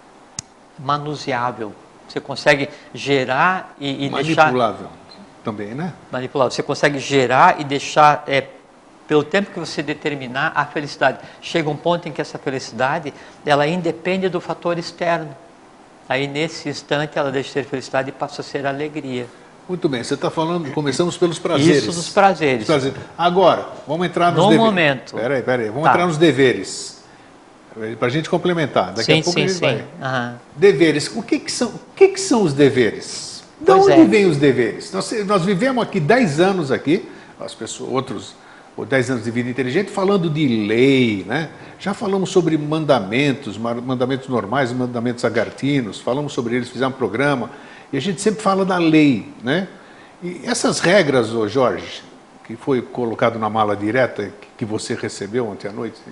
manuseável. Você consegue gerar e, e deixar... Manipulável também, né? Manipulável. Você consegue gerar e deixar... É, pelo tempo que você determinar a felicidade. Chega um ponto em que essa felicidade, ela independe do fator externo. Aí nesse instante ela deixa de ser felicidade e passa a ser alegria. Muito bem, você está falando, começamos pelos prazeres. Isso dos prazeres. prazeres. Agora, vamos entrar nos no deveres. No momento. Peraí, peraí, vamos tá. entrar nos deveres. Para a gente complementar. Daqui sim, a pouco sim, a gente sim. vai. Uhum. Deveres, o que, que, são, o que, que são os deveres? De pois onde é. vêm os deveres? Nós, nós vivemos aqui dez anos aqui, as pessoas, outros... ou dez anos de vida inteligente, falando de lei, né? Já falamos sobre mandamentos, mandamentos normais, mandamentos agartinos, falamos sobre eles, fizemos um programa, e a gente sempre fala da lei, né? E essas regras, ô Jorge, que foi colocado na mala direta, que você recebeu ontem à noite,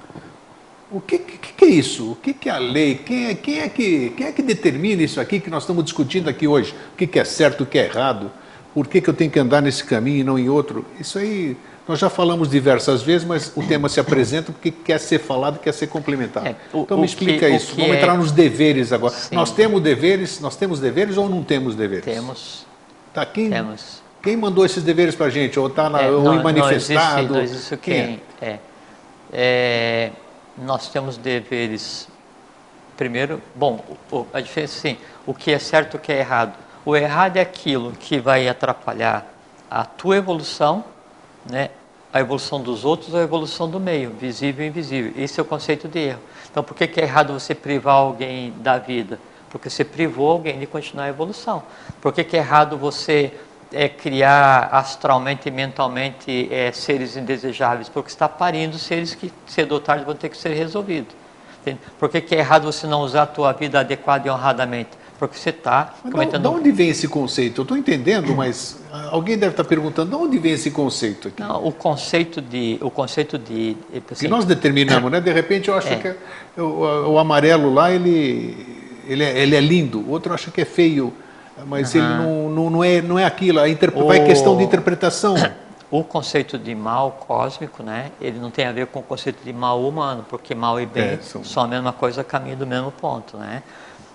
o que, que, que é isso? O que, que é a lei? Quem é, quem, é que, quem é que determina isso aqui que nós estamos discutindo aqui hoje? O que, que é certo, o que é errado? Por que, que eu tenho que andar nesse caminho e não em outro? Isso aí... Nós já falamos diversas vezes, mas o tema se apresenta porque quer ser falado, quer ser complementado. É, o, então me explica que, isso. Vamos é... entrar nos deveres agora. Sim. Nós temos deveres, nós temos deveres ou não temos deveres? Temos. Tá, quem, temos. Quem mandou esses deveres para a gente? Ou está é, ou manifestado? Não existe, não existe quem? quem? É. É, nós temos deveres. Primeiro, bom, o, a diferença sim, o que é certo e o que é errado. O errado é aquilo que vai atrapalhar a tua evolução, né? A evolução dos outros ou a evolução do meio, visível e invisível. Esse é o conceito de erro. Então, por que, que é errado você privar alguém da vida? Porque você privou alguém de continuar a evolução. Por que, que é errado você é, criar astralmente e mentalmente é, seres indesejáveis, porque está parindo seres que cedo ou tarde vão ter que ser resolvidos. Entende? Por que, que é errado você não usar a tua vida adequada e honradamente? Porque você está cometendo... De onde vem esse conceito? Eu estou entendendo, mas alguém deve estar perguntando, de onde vem esse conceito aqui? Não, o conceito de... O conceito de assim, que nós determinamos, né? De repente eu acho é. que é, o, o amarelo lá, ele, ele, é, ele é lindo, o outro acha que é feio, mas uhum. ele não, não, não, é, não é aquilo, a interp... o... vai questão de interpretação. O conceito de mal cósmico, né? Ele não tem a ver com o conceito de mal humano, porque mal e bem é, são... são a mesma coisa, caminho do mesmo ponto, né?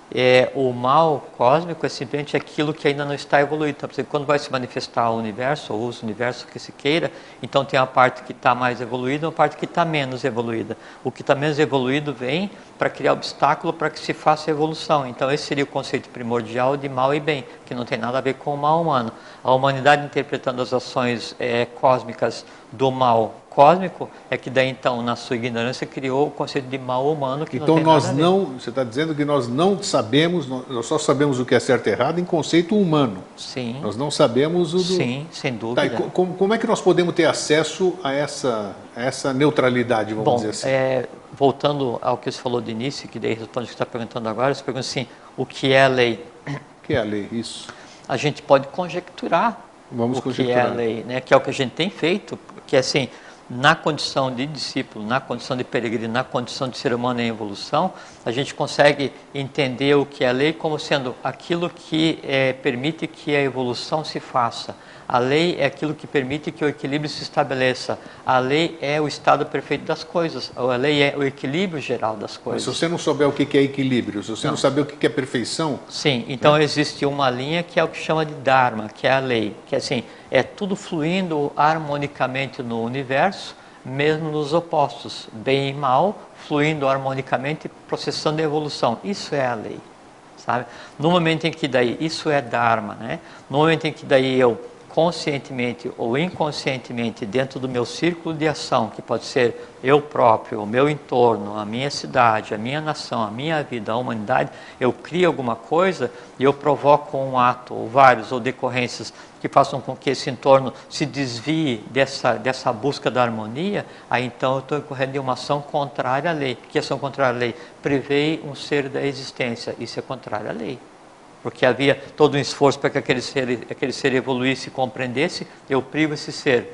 É, o mal cósmico é simplesmente aquilo que ainda não está evoluído. Então, por exemplo, quando vai se manifestar o universo, ou os universos que se queira, então tem a parte que está mais evoluída e uma parte que está menos evoluída. O que está menos evoluído vem para criar obstáculo para que se faça a evolução. Então esse seria o conceito primordial de mal e bem, que não tem nada a ver com o mal humano. A humanidade interpretando as ações é, cósmicas do mal cósmico, é que daí então, na sua ignorância, criou o conceito de mal humano que então não tem nós nada a ver. não, você está dizendo que nós não sabemos, nós só sabemos o que é certo e errado em conceito humano. Sim. Nós não sabemos o do... Sim, sem dúvida. Tá, como, como é que nós podemos ter acesso a essa, a essa neutralidade, vamos Bom, dizer assim? É, voltando ao que você falou de início, que daí responde o que você está perguntando agora, você pergunta assim, o que é a lei? O que é a lei? Isso. A gente pode conjecturar Vamos o conjecturar. que é a lei, né? Que é o que a gente tem feito, que é assim, na condição de discípulo, na condição de peregrino, na condição de ser humano em evolução, a gente consegue entender o que é a lei como sendo aquilo que é, permite que a evolução se faça. A lei é aquilo que permite que o equilíbrio se estabeleça. A lei é o estado perfeito das coisas. A lei é o equilíbrio geral das coisas. Mas se você não souber o que é equilíbrio, se você não, não saber o que é perfeição... Sim, então né? existe uma linha que é o que chama de Dharma, que é a lei. Que é assim, é tudo fluindo harmonicamente no universo, mesmo nos opostos. Bem e mal, fluindo harmonicamente, processando a evolução. Isso é a lei, sabe? No momento em que daí, isso é Dharma, né? No momento em que daí eu... conscientemente ou inconscientemente dentro do meu círculo de ação, que pode ser eu próprio, o meu entorno, a minha cidade, a minha nação, a minha vida, a humanidade, eu crio alguma coisa e eu provoco um ato, ou vários, ou decorrências que façam com que esse entorno se desvie dessa, dessa busca da harmonia, aí então eu estou incorrendo em uma ação contrária à lei. Que ação contrária à lei? Prevei um ser da existência, isso é contrário à lei. Porque havia todo um esforço para que aquele ser, aquele ser evoluísse e compreendesse, eu privo esse ser.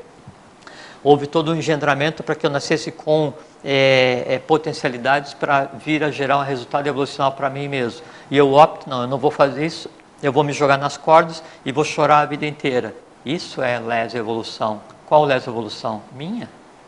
Houve todo um engendramento para que eu nascesse com é, é, potencialidades para vir a gerar um resultado evolucional para mim mesmo. E eu opto, não, eu não vou fazer isso, eu vou me jogar nas cordas e vou chorar a vida inteira. Isso é lesa evolução. Qual lesa evolução? Minha.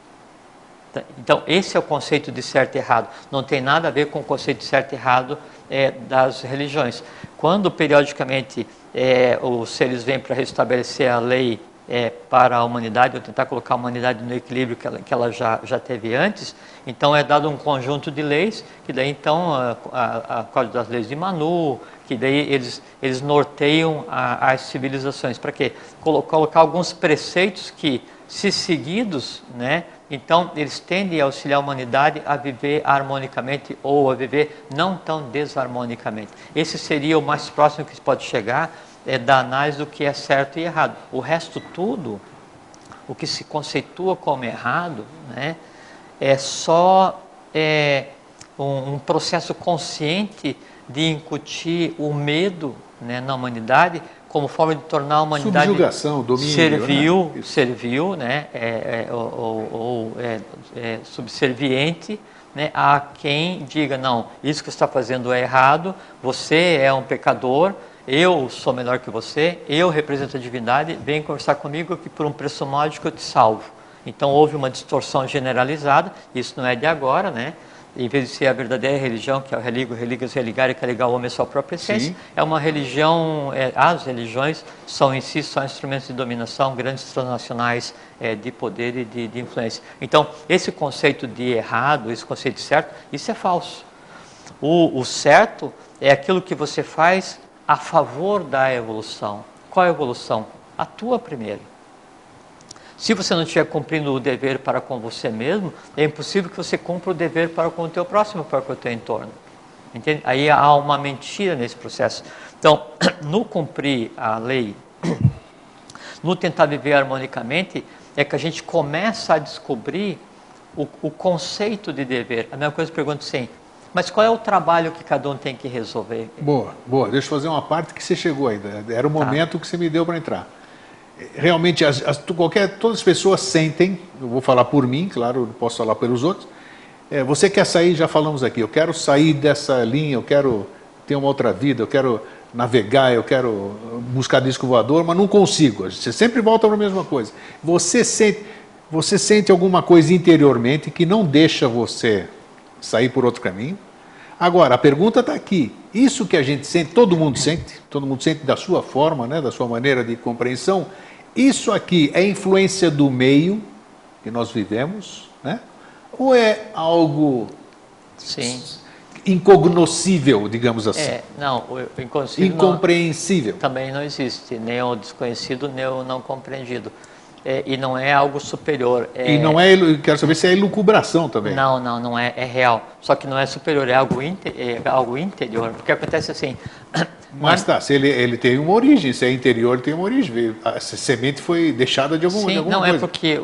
Então, esse é o conceito de certo e errado. Não tem nada a ver com o conceito de certo e errado é, das religiões. Quando, periodicamente, é, os seres vêm para restabelecer a lei é, para a humanidade, ou tentar colocar a humanidade no equilíbrio que ela, que ela já, já teve antes, então é dado um conjunto de leis, que daí, então, a, a, a Código das Leis de Manu, que daí eles, eles norteiam a, as civilizações. Para quê? Colocar alguns preceitos que, se seguidos, né, então eles tendem a auxiliar a humanidade a viver harmonicamente ou a viver não tão desarmonicamente. Esse seria o mais próximo que se pode chegar é, da análise do que é certo e errado. O resto tudo, o que se conceitua como errado, né, é só é, um, um processo consciente de incutir o medo, né, na humanidade, como forma de tornar a humanidade subjugação, domínio, servil, né? servil, né, é, é, ou, ou é, é, subserviente, né, a quem diga, não, isso que você está fazendo é errado, você é um pecador, eu sou melhor que você, eu represento a divindade, vem conversar comigo que por um preço módico eu te salvo. Então houve uma distorção generalizada, isso não é de agora, né? Em vez de ser a verdadeira religião, que é o religo, religas, religare, que é ligar o homem à sua própria essência, sim, é uma religião, é, as religiões são em si só instrumentos de dominação, grandes transnacionais é, de poder e de, de influência. Então, esse conceito de errado, esse conceito de certo, isso é falso. O, o certo é aquilo que você faz a favor da evolução. Qual é a evolução? A tua primeiro. Se você não estiver cumprindo o dever para com você mesmo, é impossível que você cumpra o dever para com o teu próximo, para com o teu entorno. Entende? Aí há uma mentira nesse processo. Então, no cumprir a lei, no tentar viver harmonicamente, é que a gente começa a descobrir o, o conceito de dever. A mesma coisa eu pergunto assim, mas qual é o trabalho que cada um tem que resolver? Boa, boa. Deixa eu fazer uma parte que você chegou ainda. Era o momento tá. que você me deu para entrar. Realmente, as, as, qualquer, todas as pessoas sentem, eu vou falar por mim, claro, não posso falar pelos outros. É, você quer sair, já falamos aqui, eu quero sair dessa linha, eu quero ter uma outra vida, eu quero navegar, eu quero buscar disco voador, mas não consigo. Você sempre volta para a mesma coisa. Você sente, você sente alguma coisa interiormente que não deixa você sair por outro caminho. Agora, a pergunta está aqui. Isso que a gente sente, todo mundo sente, todo mundo sente da sua forma, né, da sua maneira de compreensão. Isso aqui é influência do meio que nós vivemos, né? Ou é algo Sim. incognoscível, digamos assim? É, não, o incognoscível incompreensível. Não, também não existe, nem o desconhecido, nem o não compreendido. É, e não é algo superior. É... E não é, quero saber se é elucubração também. Não, não, não é, é real. Só que não é superior, é algo, inte, é algo interior. Porque acontece assim... Mas tá, se ele, ele tem uma origem, se é interior, ele tem uma origem. A semente foi deixada de, algum, Sim, de alguma não, coisa. É porque o,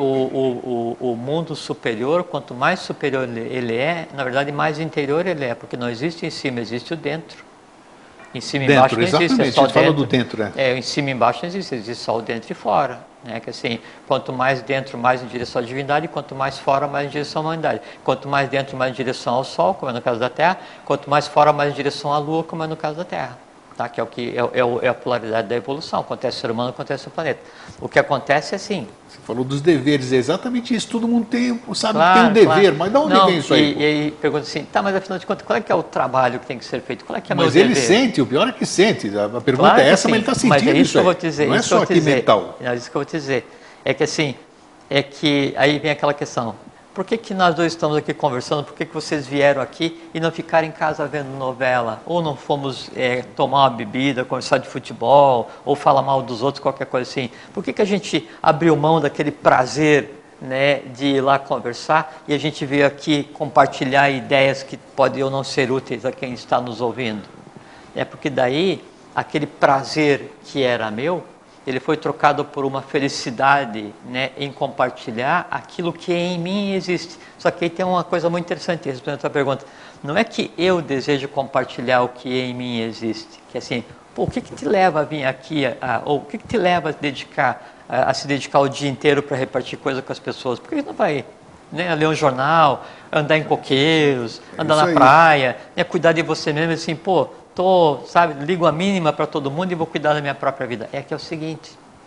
o, o, o mundo superior, quanto mais superior ele é, na verdade, mais interior ele é. Porque não existe em cima, existe o dentro. Em cima e embaixo não existe, é só a gente fala dentro. do dentro, né? É, em cima e embaixo não existe, existe só o dentro e fora. Né? Que assim, quanto mais dentro, mais em direção à divindade, quanto mais fora, mais em direção à humanidade. Quanto mais dentro, mais em direção ao Sol, como é no caso da Terra, quanto mais fora, mais em direção à Lua, como é no caso da Terra. Tá? Que é, o que, é, é a polaridade da evolução, acontece no ser humano, acontece no planeta. O que acontece é assim... Você falou dos deveres, é exatamente isso, todo mundo tem, sabe claro, que tem um dever, claro. mas de onde Não, vem isso aí? E, e aí pergunta assim, tá, mas afinal de contas, qual é que é o trabalho que tem que ser feito? Qual é que é mas meu ele dever? sente, o pior é que sente, a pergunta claro é essa, sim, mas ele está sentindo mas é isso, isso que eu aí. vou te dizer, não é isso só que eu aqui vou dizer. mental. Não, isso que eu vou te dizer, é que assim, é que aí vem aquela questão, por que que nós dois estamos aqui conversando, por que que vocês vieram aqui e não ficaram em casa vendo novela, ou não fomos é, tomar uma bebida, conversar de futebol, ou falar mal dos outros, qualquer coisa assim? Por que que a gente abriu mão daquele prazer, né, de ir lá conversar e a gente veio aqui compartilhar ideias que podem ou não ser úteis a quem está nos ouvindo? É porque daí, aquele prazer que era meu, ele foi trocado por uma felicidade, né, em compartilhar aquilo que em mim existe. Só que aí tem uma coisa muito interessante, respondendo a tua pergunta. Não é que eu desejo compartilhar o que em mim existe, que é assim, pô, o que que te leva a vir aqui, a, a, ou o que que te leva a, dedicar, a, a se dedicar o dia inteiro para repartir coisa com as pessoas? Por que não vai, né, ler um jornal, andar em coqueiros, andar na praia, né, cuidar de você mesmo, assim, pô, tô, sabe, ligo a mínima para todo mundo e vou cuidar da minha própria vida. É que é o seguinte,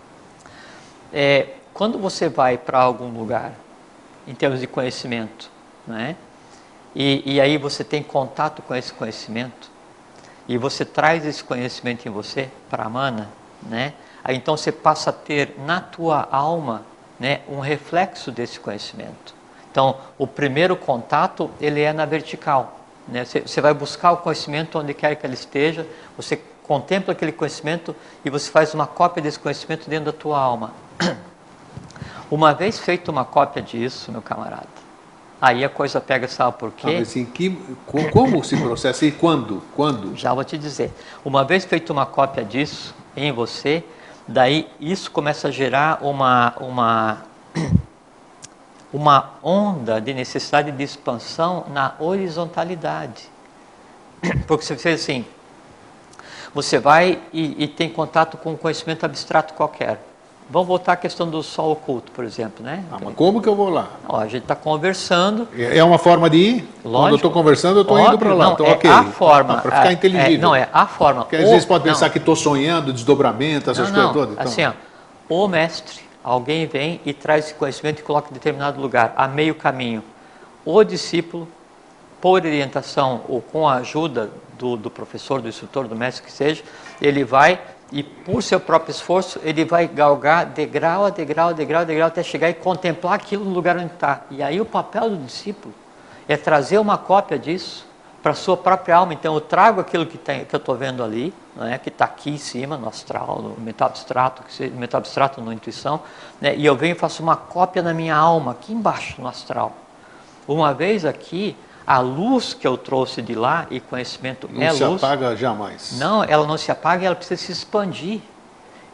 é, quando você vai para algum lugar, em termos de conhecimento, né, e, e aí você tem contato com esse conhecimento, e você traz esse conhecimento em você, para a mana, né, aí então você passa a ter na tua alma, né, um reflexo desse conhecimento. Então, o primeiro contato, ele é na vertical. Né? Você, você vai buscar o conhecimento onde quer que ele esteja, você contempla aquele conhecimento e você faz uma cópia desse conhecimento dentro da tua alma. Uma vez feita uma cópia disso, meu camarada, aí a coisa pega, sabe por quê? Ah, mas em que, como se processa e quando? Quando? Já vou te dizer. Uma vez feita uma cópia disso em você, daí isso começa a gerar uma... uma uma onda de necessidade de expansão na horizontalidade. Porque você fez assim, você vai e, e tem contato com um conhecimento abstrato qualquer. Vamos voltar à questão do sol oculto, por exemplo, né? Ah, mas como que eu vou lá? Ó, a gente está conversando. É uma forma de ir? Lógico, quando eu estou conversando, eu estou indo para lá. Não, então, é ok. a forma. Para ficar é, inteligível. É, não, é a forma. Porque às o, vezes pode pensar não, que estou sonhando, desdobramento, essas não, coisas não, todas. Então. Assim, ó, o mestre, alguém vem e traz esse conhecimento e coloca em determinado lugar, a meio caminho. O discípulo, por orientação ou com a ajuda do, do professor, do instrutor, do mestre que seja, ele vai e por seu próprio esforço, ele vai galgar degrau a degrau, degrau a degrau, até chegar e contemplar aquilo no lugar onde está. E aí o papel do discípulo é trazer uma cópia disso para a sua própria alma. Então eu trago aquilo que, tem, que eu estou vendo ali, né, que está aqui em cima, no astral, no mental abstrato, que seja, mental abstrato, na intuição, né, e eu venho e faço uma cópia na minha alma, aqui embaixo, no astral. Uma vez aqui, a luz que eu trouxe de lá, e conhecimento não é luz... Não se luz, apaga jamais. Não, ela não se apaga, ela precisa se expandir.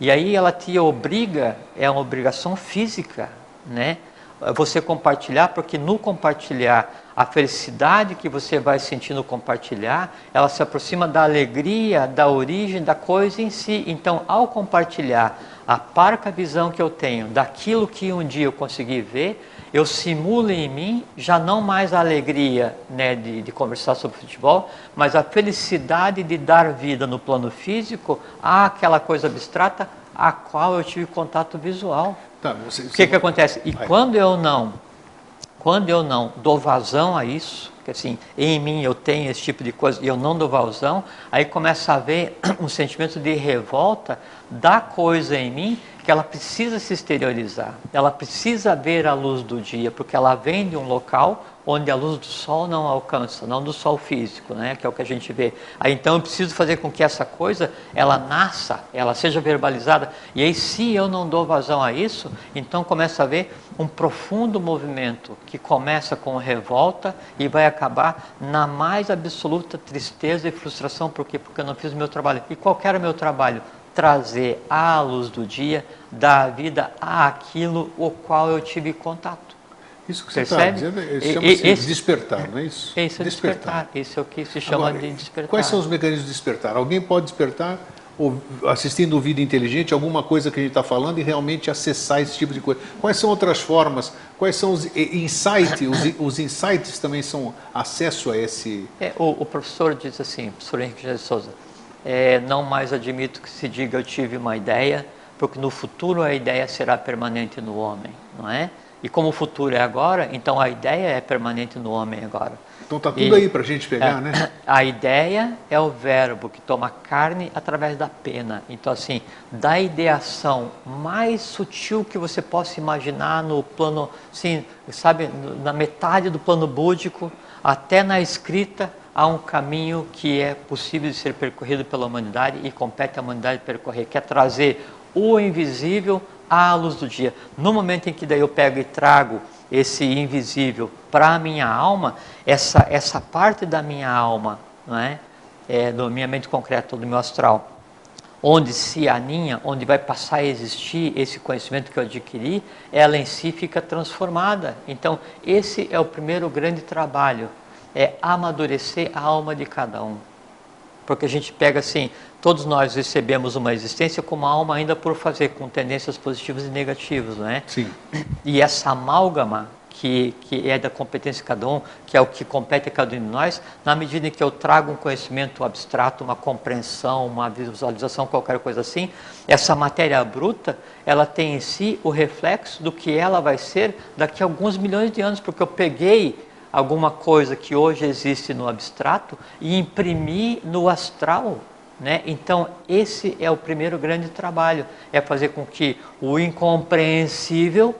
E aí ela te obriga, é uma obrigação física, né? Você compartilhar, porque no compartilhar, a felicidade que você vai sentir no compartilhar, ela se aproxima da alegria, da origem da coisa em si. Então, ao compartilhar a parca visão que eu tenho daquilo que um dia eu consegui ver, eu simulo em mim já não mais a alegria, né, de, de conversar sobre futebol, mas a felicidade de dar vida no plano físico àquela coisa abstrata a qual eu tive contato visual. Tá, você, o que, que acontece? E vai. quando eu não, quando eu não dou vazão a isso, que assim, em mim eu tenho esse tipo de coisa e eu não dou vazão, aí começa a haver um sentimento de revolta da coisa em mim, que ela precisa se exteriorizar, ela precisa ver a luz do dia, porque ela vem de um local onde a luz do sol não alcança, não do sol físico, né, que é o que a gente vê. Aí então eu preciso fazer com que essa coisa, ela nasça, ela seja verbalizada, e aí se eu não dou vazão a isso, então começa a haver um profundo movimento, que começa com revolta e vai acabar na mais absoluta tristeza e frustração. Por quê? Porque eu não fiz o meu trabalho. E qual que era o meu trabalho? Trazer à luz do dia, dar vida àquilo o qual eu tive contato. Isso que você está dizendo, chama-se despertar, não é isso? Esse é despertar. despertar. Isso é o que se chama Agora, de despertar. Quais são os mecanismos de despertar? Alguém pode despertar, ou, assistindo o Vida Inteligente, alguma coisa que a gente está falando e realmente acessar esse tipo de coisa? Quais são outras formas? Quais são os insights? Os, os insights também são acesso a esse... É, o, o professor diz assim, o professor Henrique de Souza, é, não mais admito que se diga eu tive uma ideia, porque no futuro a ideia será permanente no homem, não é? E como o futuro é agora, então a ideia é permanente no homem agora. Então está tudo e, aí para a gente pegar, é, né? A ideia é o verbo que toma carne através da pena. Então assim, da ideação mais sutil que você possa imaginar no plano, assim, sabe, na metade do plano búdico, até na escrita, há um caminho que é possível de ser percorrido pela humanidade e compete à humanidade percorrer, que é trazer o invisível à luz do dia. No momento em que daí eu pego e trago esse invisível para a minha alma, essa, essa parte da minha alma, não é? É, da minha mente concreta, do meu astral, onde se aninha, onde vai passar a existir esse conhecimento que eu adquiri, ela em si fica transformada. Então, esse é o primeiro grande trabalho, é amadurecer a alma de cada um. Porque a gente pega assim, todos nós recebemos uma existência com uma alma ainda por fazer, com tendências positivas e negativas, não é? Sim. E essa amálgama, que, que é da competência de cada um, que é o que compete a cada um de nós, na medida em que eu trago um conhecimento abstrato, uma compreensão, uma visualização, qualquer coisa assim, essa matéria bruta, ela tem em si o reflexo do que ela vai ser daqui a alguns milhões de anos, porque eu peguei alguma coisa que hoje existe no abstrato e imprimir no astral, né? Então esse é o primeiro grande trabalho, é fazer com que o incompreensível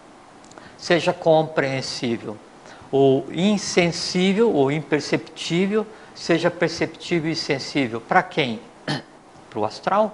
seja compreensível, o insensível ou imperceptível seja perceptível e sensível. Para quem? Para o astral,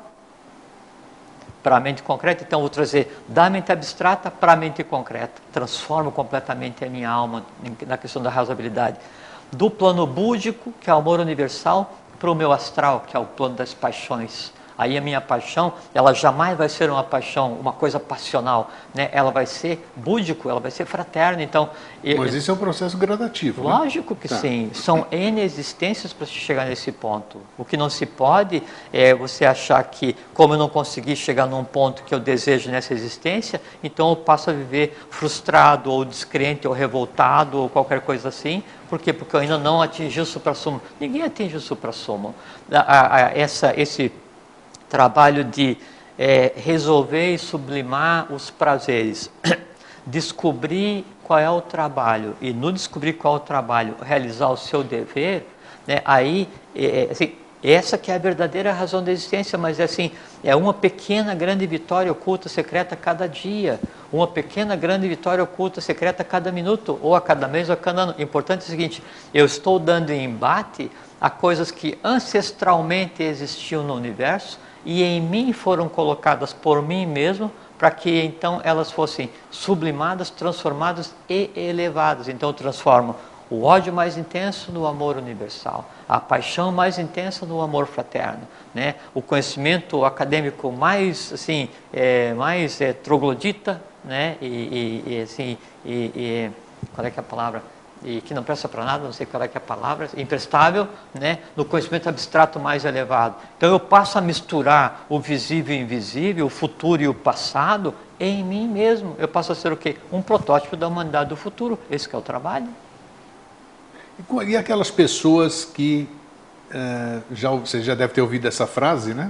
para a mente concreta. Então vou trazer da mente abstrata para a mente concreta, transformo completamente a minha alma na questão da razoabilidade, do plano búdico, que é o amor universal, para o meu astral, que é o plano das paixões. Aí a minha paixão, ela jamais vai ser uma paixão, uma coisa passional, né? Ela vai ser búdico, ela vai ser fraterna. Então, mas isso é um processo gradativo, lógico, né? Que tá. Sim, são N existências para se chegar nesse ponto. O que não se pode é você achar que, como eu não consegui chegar num ponto que eu desejo nessa existência, então eu passo a viver frustrado, ou descrente, ou revoltado, ou qualquer coisa assim. Por quê? Porque eu ainda não atingi o suprassumo. Ninguém atinge o suprassumo. Essa, esse trabalho de é, resolver e sublimar os prazeres, descobrir qual é o trabalho, e no descobrir qual é o trabalho, realizar o seu dever, né, aí, é, assim, essa que é a verdadeira razão da existência, mas é assim, é uma pequena grande vitória oculta, secreta a cada dia, uma pequena grande vitória oculta, secreta a cada minuto, ou a cada mês, ou a cada ano. O importante é o seguinte, eu estou dando embate a coisas que ancestralmente existiam no universo, e em mim foram colocadas por mim mesmo, para que então elas fossem sublimadas, transformadas e elevadas. Então eu transformo O ódio mais intenso no amor universal, a paixão mais intensa no amor fraterno, né? O conhecimento acadêmico mais assim, é, mais é, troglodita, né? E, e, e assim, e, e qual é que é a palavra? E que não presta para nada, não sei qual é que é a palavra, imprestável, né? No conhecimento abstrato mais elevado. Então eu passo a misturar o visível e o invisível, o futuro e o passado em mim mesmo. Eu passo a ser o quê? Um protótipo da humanidade do futuro. Esse que é o trabalho. E aquelas pessoas que, uh, já, você já deve ter ouvido essa frase, né?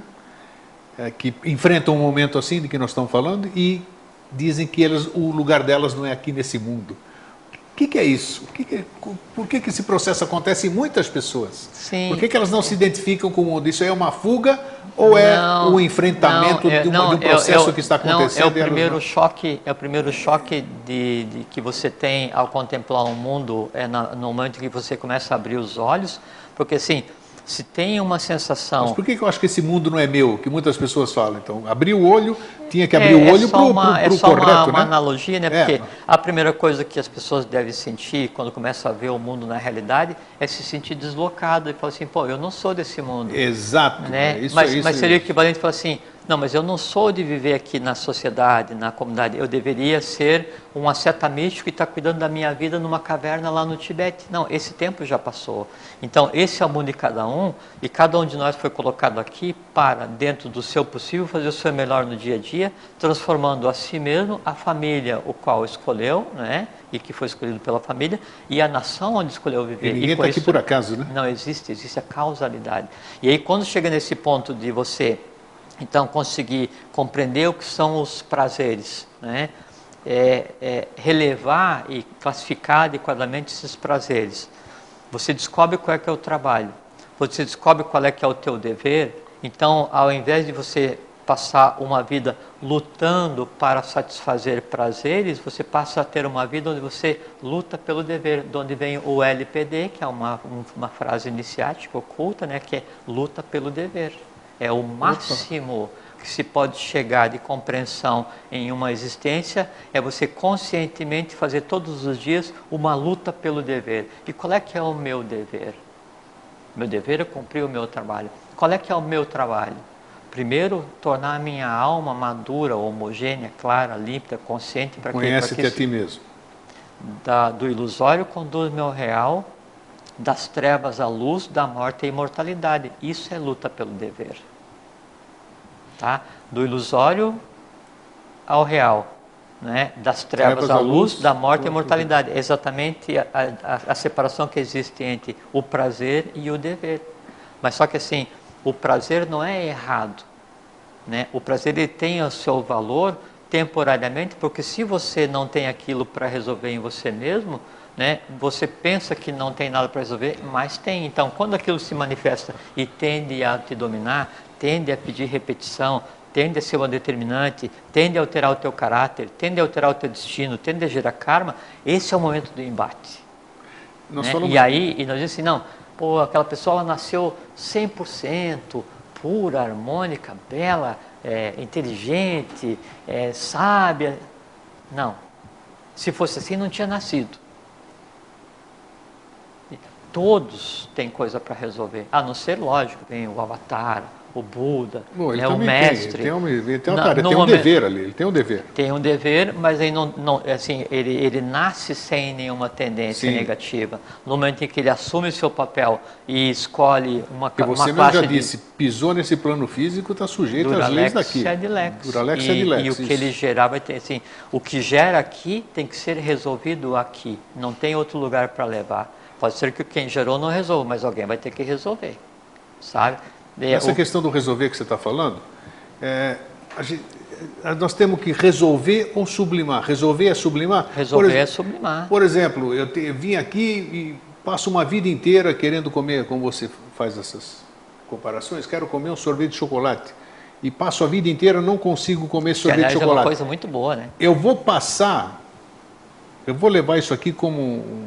É, que enfrentam um momento assim de que nós estamos falando e dizem que elas, o lugar delas não é aqui nesse mundo. O que, que é isso? O que que é, por que, que esse processo acontece em muitas pessoas? Sim. Por que, que elas não se identificam com o mundo? Isso é uma fuga ou é não, o enfrentamento não, é, de, uma, não, de um processo é, é, que está acontecendo? Não, é o primeiro não... choque, é o primeiro choque de, de que você tem ao contemplar o mundo, é na, no momento que você começa a abrir os olhos, porque assim, se tem uma sensação... Mas por que, que eu acho que esse mundo não é meu? Que muitas pessoas falam. Então, abrir o olho, tinha que abrir é, o olho para o correto, É só uma, uma né? analogia, né? É. Porque a primeira coisa que as pessoas devem sentir quando começam a ver o mundo na realidade é se sentir deslocado e falar assim, pô, eu não sou desse mundo. Exato. Né? Isso, mas, isso, mas seria isso. equivalente a falar assim, não, mas eu não sou de viver aqui na sociedade, na comunidade, eu deveria ser um asceta místico que está cuidando da minha vida numa caverna lá no Tibete. Não, esse tempo já passou. Então, esse é o mundo de cada um, e cada um de nós foi colocado aqui para, dentro do seu possível, fazer o seu melhor no dia a dia, transformando a si mesmo, a família, o qual escolheu, né? E que foi escolhido pela família, e a nação onde escolheu viver. E ninguém está aqui isso, por acaso, né? Não existe, existe a causalidade. E aí, quando chega nesse ponto de você... Então, conseguir compreender o que são os prazeres, né? é, é, relevar e classificar adequadamente esses prazeres. Você descobre qual é que é o trabalho, você descobre qual é que é o teu dever. Então, ao invés de você passar uma vida lutando para satisfazer prazeres, você passa a ter uma vida onde você luta pelo dever, de onde vem o L P D, que é uma, uma frase iniciática oculta, né? Que é luta pelo dever. É o máximo que se pode chegar de compreensão em uma existência, é você conscientemente fazer todos os dias uma luta pelo dever. E qual é que é o meu dever? Meu dever é cumprir o meu trabalho. Qual é que é o meu trabalho? Primeiro, tornar a minha alma madura, homogênea, clara, límpida, consciente. Para Conhece-te que, a ti mesmo. Da, do ilusório conduz-me ao real, das trevas à luz, da morte à imortalidade. Isso é luta pelo dever. Tá? Do ilusório ao real, né? Das trevas, trevas à luz, luz, da morte à imortalidade. É exatamente a, a, a separação que existe entre o prazer e o dever. Mas só que assim, o prazer não é errado, né? O prazer ele tem o seu valor temporariamente, porque se você não tem aquilo para resolver em você mesmo, né, você pensa que não tem nada para resolver, mas tem. Então, quando aquilo se manifesta e tende a te dominar, tende a pedir repetição, tende a ser uma determinante, tende a alterar o teu caráter, tende a alterar o teu destino, tende a gerar karma, esse é o momento do embate. Né? Falamos... E aí, e nós dizemos assim, não, pô, aquela pessoa ela nasceu cem por cento pura, harmônica, bela, é, inteligente, é, sábia. Não. Se fosse assim, não tinha nascido. Todos têm coisa para resolver, a não ser, lógico, tem o Avatar, o Buda, Bom, ele né, o mestre. Tem, ele tem, um, ele tem, uma, Na, ele tem um momento, dever ali, ele tem um dever. Tem um dever, mas aí não, não, assim, ele, ele nasce sem nenhuma tendência Sim. negativa. No momento em que ele assume o seu papel e escolhe uma, Porque você uma classe já de... disse, pisou nesse plano físico, está sujeito às leis daqui. Duralex. Duralex e, é de lex. E o que ele gerar vai ter, assim, o que gera aqui tem que ser resolvido aqui. Não tem outro lugar para levar. Pode ser que quem gerou não resolva, mas alguém vai ter que resolver, sabe? Essa o... questão do resolver que você está falando, é, a gente, nós temos que resolver ou sublimar. Resolver é sublimar? Resolver por, é sublimar. Por exemplo, eu, te, eu vim aqui e passo uma vida inteira querendo comer, como você faz essas comparações, quero comer um sorvete de chocolate. E passo a vida inteira não consigo comer sorvete que, aliás, de chocolate. É uma coisa muito boa, né? Eu vou passar, eu vou levar isso aqui como um,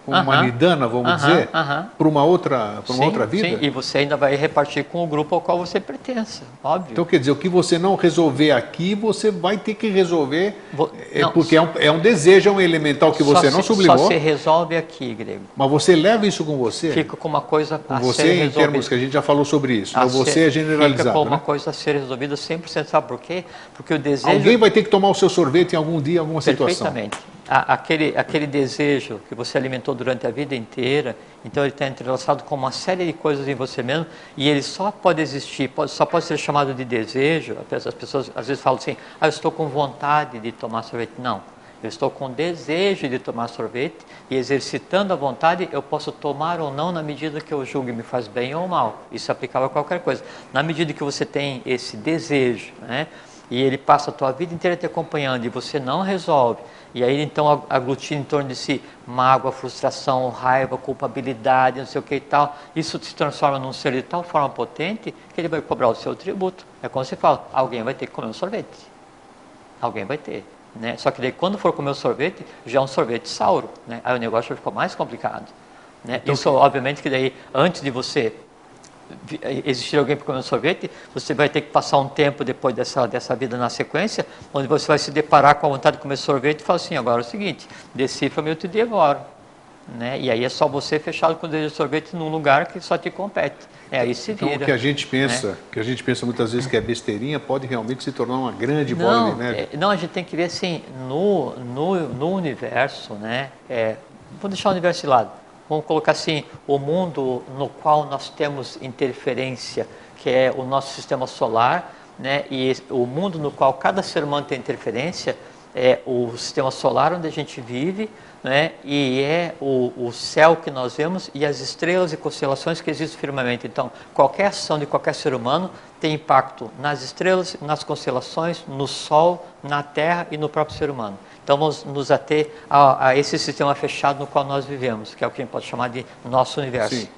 como uma Aham. nidana, vamos Aham, dizer, aham. para uma outra, para uma Sim, outra vida? sim, e você ainda vai repartir com o grupo ao qual você pertence, óbvio. Então, quer dizer, o que você não resolver aqui, você vai ter que resolver, Vo- é, não, porque é um, é um desejo, é um elemental que Só você se, não sublimou, Só se resolve aqui, grego. mas você leva isso com você? Fica com uma coisa com a ser você em resolvida. termos que a gente já falou sobre isso, A então você ser- é Fica generalizado, com uma né? coisa a ser resolvida cem por cento, sabe por quê? Porque o desejo... Alguém vai ter que tomar o seu sorvete em algum dia, em alguma situação. Perfeitamente. A- Aquele, aquele desejo que você alimentou durante a vida inteira, então ele está entrelaçado com uma série de coisas em você mesmo, e ele só pode existir, pode- só pode ser chamado de desejo. As pessoas às vezes falam assim, ah, eu estou com vontade de tomar sorvete. Não, eu estou com desejo de tomar sorvete, e exercitando a vontade, eu posso tomar ou não na medida que eu julgue me faz bem ou mal. Isso é aplicável a qualquer coisa. Na medida que você tem esse desejo, né, e ele passa a tua vida inteira te acompanhando, e você não resolve, e aí então aglutina em torno de si mágoa, frustração, raiva, culpabilidade, não sei o que e tal, isso se transforma num ser de tal forma potente que ele vai cobrar o seu tributo. É como você fala, alguém vai ter que comer um sorvete. Alguém vai ter. Né? Só que daí quando for comer o sorvete, já é um sorvete sauro. Né? Aí o negócio vai ficar mais complicado. Né? Então, isso obviamente que daí, antes de você existir alguém para comer um sorvete, você vai ter que passar um tempo depois dessa, dessa vida na sequência, onde você vai se deparar com a vontade de comer sorvete e falar assim, agora é o seguinte, decifra-me eu te devoro. Né? E aí é só você fechado com o desejo de sorvete num lugar que só te compete. É, aí se vira. Então o que a gente pensa, né? que a gente pensa muitas vezes que é besteirinha, pode realmente se tornar uma grande bola Não, de neve. é, não, a gente tem que ver assim, no, no, no universo, né? É, vou deixar o universo de lado. Vamos colocar assim, o mundo no qual nós temos interferência, que é o nosso sistema solar, né? E o mundo no qual cada ser humano tem interferência é o sistema solar onde a gente vive, né? E é o, o céu que nós vemos e as estrelas e constelações que existem no firmamento. Então, qualquer ação de qualquer ser humano tem impacto nas estrelas, nas constelações, no Sol, na Terra e no próprio ser humano. Então vamos nos ater a, a esse sistema fechado no qual nós vivemos, que é o que a gente pode chamar de nosso universo. Sim.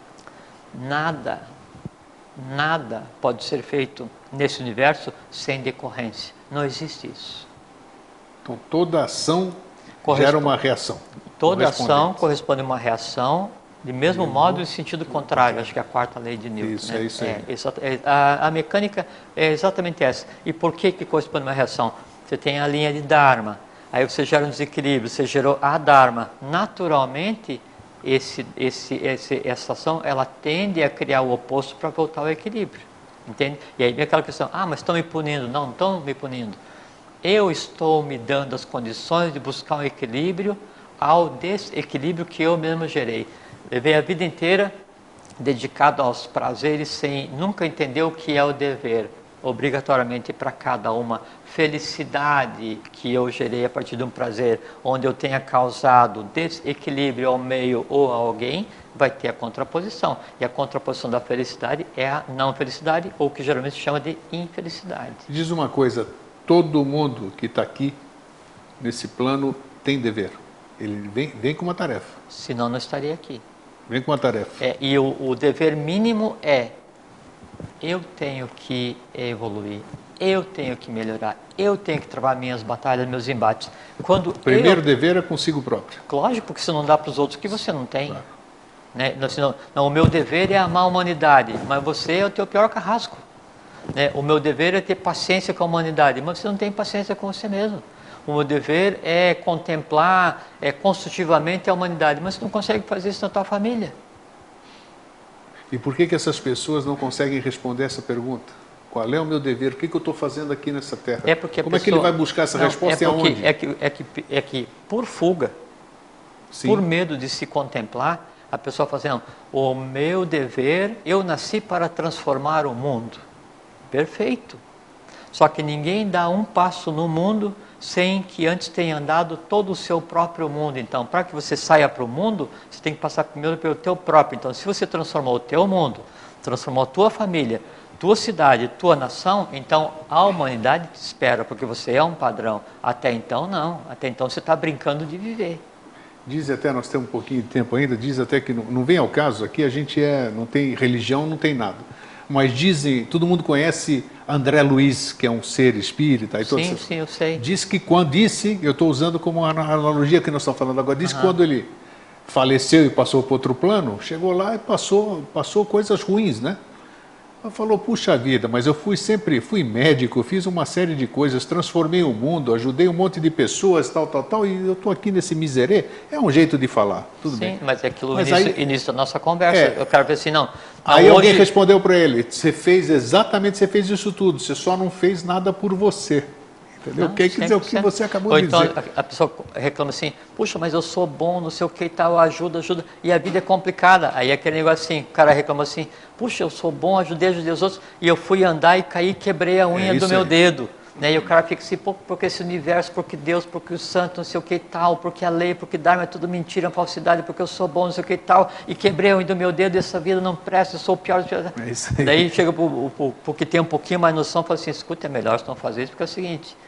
Nada, nada pode ser feito nesse universo sem decorrência. Não existe isso. Então toda ação Correspo- gera uma reação. Toda ação correspondente. corresponde a uma reação, de mesmo modo em sentido contrário. Acho que é a quarta lei de Newton. Isso, né? é isso aí. É, exata- é, a, a mecânica é exatamente essa. E por que, que corresponde a uma reação? Você tem a linha de Dharma, aí você gera um desequilíbrio, você gerou a Dharma. Naturalmente, esse, esse, esse, essa ação ela tende a criar o oposto para voltar ao equilíbrio. Entende? E aí vem aquela questão, ah, mas estão me punindo. Não, não estão me punindo. Eu estou me dando as condições de buscar um equilíbrio ao desequilíbrio que eu mesmo gerei. Levei a vida inteira dedicado aos prazeres sem nunca entender o que é o dever. Obrigatoriamente para cada uma felicidade que eu gerei a partir de um prazer, onde eu tenha causado desequilíbrio ao meio ou a alguém, vai ter a contraposição. E a contraposição da felicidade é a não felicidade, ou o que geralmente se chama de infelicidade. Diz uma coisa, todo mundo que está aqui nesse plano tem dever. Ele vem, vem com uma tarefa. Senão não estaria aqui. Vem com uma tarefa. É, e o, o dever mínimo é, eu tenho que evoluir, eu tenho que melhorar, eu tenho que travar minhas batalhas, meus embates. Quando O primeiro eu, dever é consigo próprio. lógico, porque você não dá para os outros o que você não tem. Claro. Né? Não, senão, não, o meu dever é amar a humanidade, mas você é o teu pior carrasco. Né? O meu dever é ter paciência com a humanidade, mas você não tem paciência com você mesmo. O meu dever é contemplar é, construtivamente a humanidade, mas você não consegue fazer isso na tua família. E por que que essas pessoas não conseguem responder essa pergunta? Qual é o meu dever? O que que eu estou fazendo aqui nessa terra? É porque a Como pessoa... é que ele vai buscar essa não, resposta é e porque, aonde? é que, é, que, é que por fuga, Sim. por medo de se contemplar, a pessoa fala assim, não, o meu dever, eu nasci para transformar o mundo. Perfeito. Só que ninguém dá um passo no mundo sem que antes tenha andado todo o seu próprio mundo. Então, para que você saia para o mundo, você tem que passar primeiro pelo teu próprio. Então, se você transformou o teu mundo, transformou a tua família, tua cidade, tua nação, então a humanidade te espera, porque você é um padrão. Até então, não. Até então, você está brincando de viver. Diz até, nós temos um pouquinho de tempo ainda, diz até que não, não vem ao caso, aqui a gente é, não tem religião, não tem nada. Mas dizem, todo mundo conhece André Luiz, que é um ser espírita. E Sim, essas... sim, eu sei. Diz que quando disse, eu estou usando como a analogia que nós estamos falando agora, diz que Aham. quando ele faleceu e passou para outro plano, chegou lá e passou, passou coisas ruins, né? Ela falou, puxa vida, mas eu fui sempre, fui médico, fiz uma série de coisas, transformei o mundo, ajudei um monte de pessoas, tal, tal, tal, e eu estou aqui nesse miserê. É um jeito de falar, tudo Sim, bem. mas é aquilo Mas início, aí, início da nossa conversa. É, eu quero ver assim, não. não aí hoje... alguém respondeu para ele, você fez exatamente, você fez isso tudo, você só não fez nada por você. Entendeu? Não, Quer dizer o que você acabou Ou de então dizer. A, a pessoa reclama assim, puxa, mas eu sou bom, não sei o que e tal, ajuda, ajuda, e a vida é complicada. Aí aquele negócio assim, o cara reclama assim, puxa, eu sou bom, ajudei, ajudei os outros, e eu fui andar e caí e quebrei a unha É do meu aí. dedo. Né? E o cara fica assim, pô, porque esse universo, porque Deus, porque o santo, não sei o que e tal, porque a lei, porque Dharma é tudo mentira, falsidade, porque eu sou bom, não sei o que e tal, e quebrei a unha do meu dedo, e essa vida não presta, eu sou o pior. É isso aí. Daí chega pro, pro, pro que tem um pouquinho mais noção, fala assim, escuta, é melhor você não fazer isso, porque é o seguinte...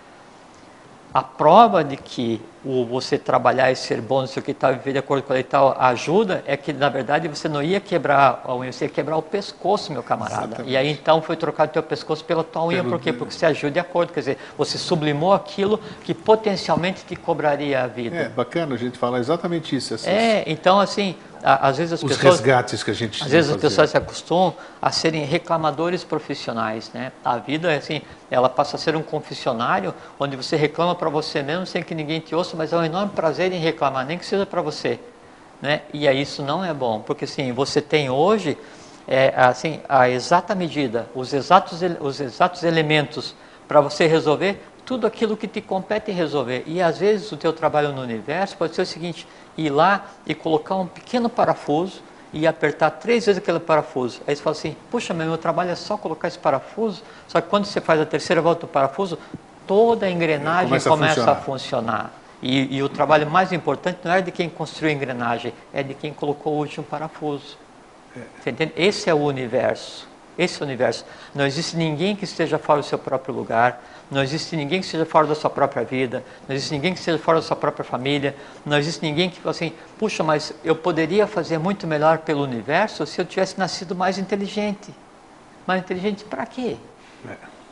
A prova de que o você trabalhar e ser bom, não sei o que tal, viver de acordo com a lei e tal, ajuda, é que na verdade você não ia quebrar a unha, você ia quebrar o pescoço, meu camarada. Exatamente. E aí então foi trocado o teu pescoço pela tua unha, Pelo por quê? Porque você ajuda de acordo, quer dizer, você sublimou aquilo que potencialmente te cobraria a vida. É, bacana a gente falar exatamente isso. Essas... É, então assim, a, às vezes as Os pessoas... Os resgates que a gente Às vezes as fazer. pessoas se acostumam a serem reclamadores profissionais, né? A vida, assim, ela passa a ser um confessionário, onde você reclama para você mesmo, sem que ninguém te ouça, mas é um enorme prazer em reclamar, nem que seja para você, né? E aí isso não é bom, porque assim, você tem hoje, é, assim, a exata medida, os exatos, os exatos elementos para você resolver tudo aquilo que te compete resolver. E às vezes o teu trabalho no universo pode ser o seguinte, ir lá e colocar um pequeno parafuso e apertar três vezes aquele parafuso. Aí você fala assim, puxa, meu trabalho é só colocar esse parafuso, só que quando você faz a terceira volta do parafuso, toda a engrenagem começa, começa a funcionar. A funcionar. E, e o trabalho mais importante não é de quem construiu a engrenagem, é de quem colocou o último parafuso. É. Você entende? Esse é o universo. Esse é o universo. Não existe ninguém que esteja fora do seu próprio lugar, não existe ninguém que esteja fora da sua própria vida, não existe ninguém que esteja fora da sua própria família, não existe ninguém que fala assim, puxa, mas eu poderia fazer muito melhor pelo universo se eu tivesse nascido mais inteligente. Mais inteligente para quê? É.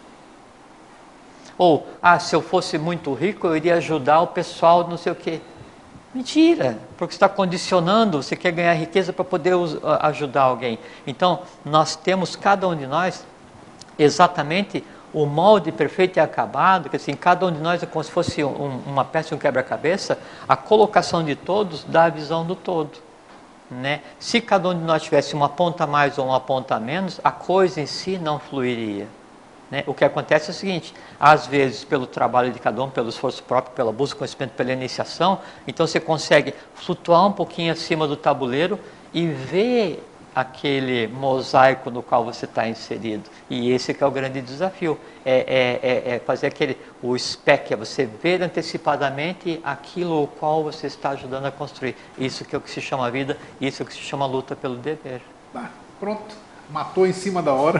Ou, ah, se eu fosse muito rico, eu iria ajudar o pessoal, não sei o quê. Mentira, porque você está condicionando, você quer ganhar riqueza para poder ajudar alguém. Então, nós temos, cada um de nós, exatamente o molde perfeito e acabado, que assim, cada um de nós é como se fosse um, uma peça de um quebra-cabeça, a colocação de todos dá a visão do todo. Né? Se cada um de nós tivesse uma ponta a mais ou uma ponta a menos, a coisa em si não fluiria. Né? O que acontece é o seguinte, às vezes pelo trabalho de cada um, pelo esforço próprio, pela busca de conhecimento, pela iniciação, então você consegue flutuar um pouquinho acima do tabuleiro e ver aquele mosaico no qual você está inserido. E esse que é o grande desafio, é, é, é fazer aquele, o spec, é você ver antecipadamente aquilo o qual você está ajudando a construir. Isso que é o que se chama vida, isso é o que se chama luta pelo dever. Ah, pronto. Matou em cima da hora.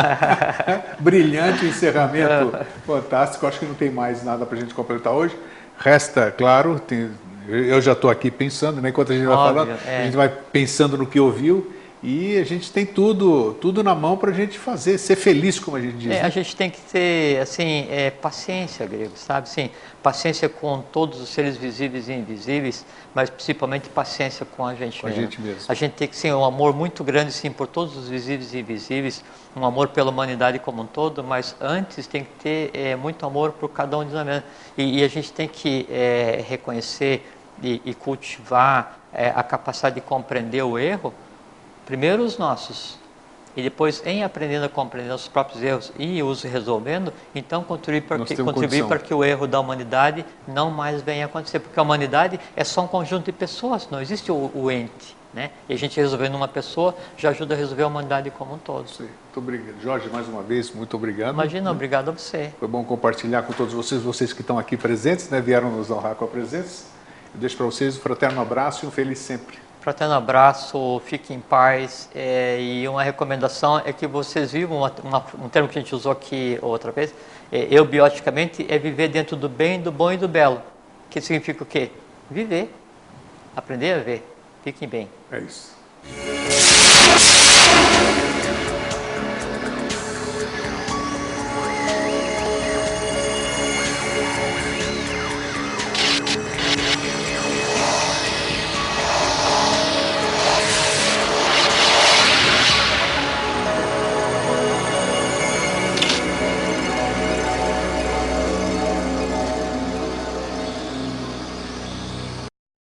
Brilhante encerramento, fantástico. Acho que não tem mais nada para a gente completar hoje. Resta, claro, tem, eu já estou aqui pensando, né, enquanto a gente vai Óbvio, falando, é. a gente vai pensando no que ouviu e a gente tem tudo, tudo na mão para a gente fazer, ser feliz, como a gente diz. É, né? A gente tem que ter assim, é, paciência, grego, sabe? Assim, paciência com todos os seres visíveis e invisíveis, mas principalmente paciência com a gente com mesmo. A gente mesmo. A gente tem que ter um amor muito grande sim, por todos os visíveis e invisíveis, um amor pela humanidade como um todo, mas antes tem que ter é, muito amor por cada um de nós mesmos. E, e a gente tem que é, reconhecer e, e cultivar é, a capacidade de compreender o erro, primeiro os nossos, e depois em aprendendo a compreender os próprios erros e os resolvendo, então contribuir para que, contribuir para que o erro da humanidade não mais venha a acontecer, porque a humanidade é só um conjunto de pessoas, não existe o, o ente, né? E a gente resolvendo uma pessoa já ajuda a resolver a humanidade como um todo. Sim. Muito obrigado. Jorge, mais uma vez, muito obrigado. Imagina, né? Obrigado a você. Foi bom compartilhar com todos vocês, vocês que estão aqui presentes, né? Vieram nos honrar com a presença. Eu deixo para vocês um fraterno abraço e um feliz sempre. Fraterno abraço, fique em paz, é, e uma recomendação é que vocês vivam, uma, uma, um termo que a gente usou aqui outra vez, é, eubioticamente, é viver dentro do bem, do bom e do belo, que significa o quê? Viver, aprender a ver, fiquem bem. É isso.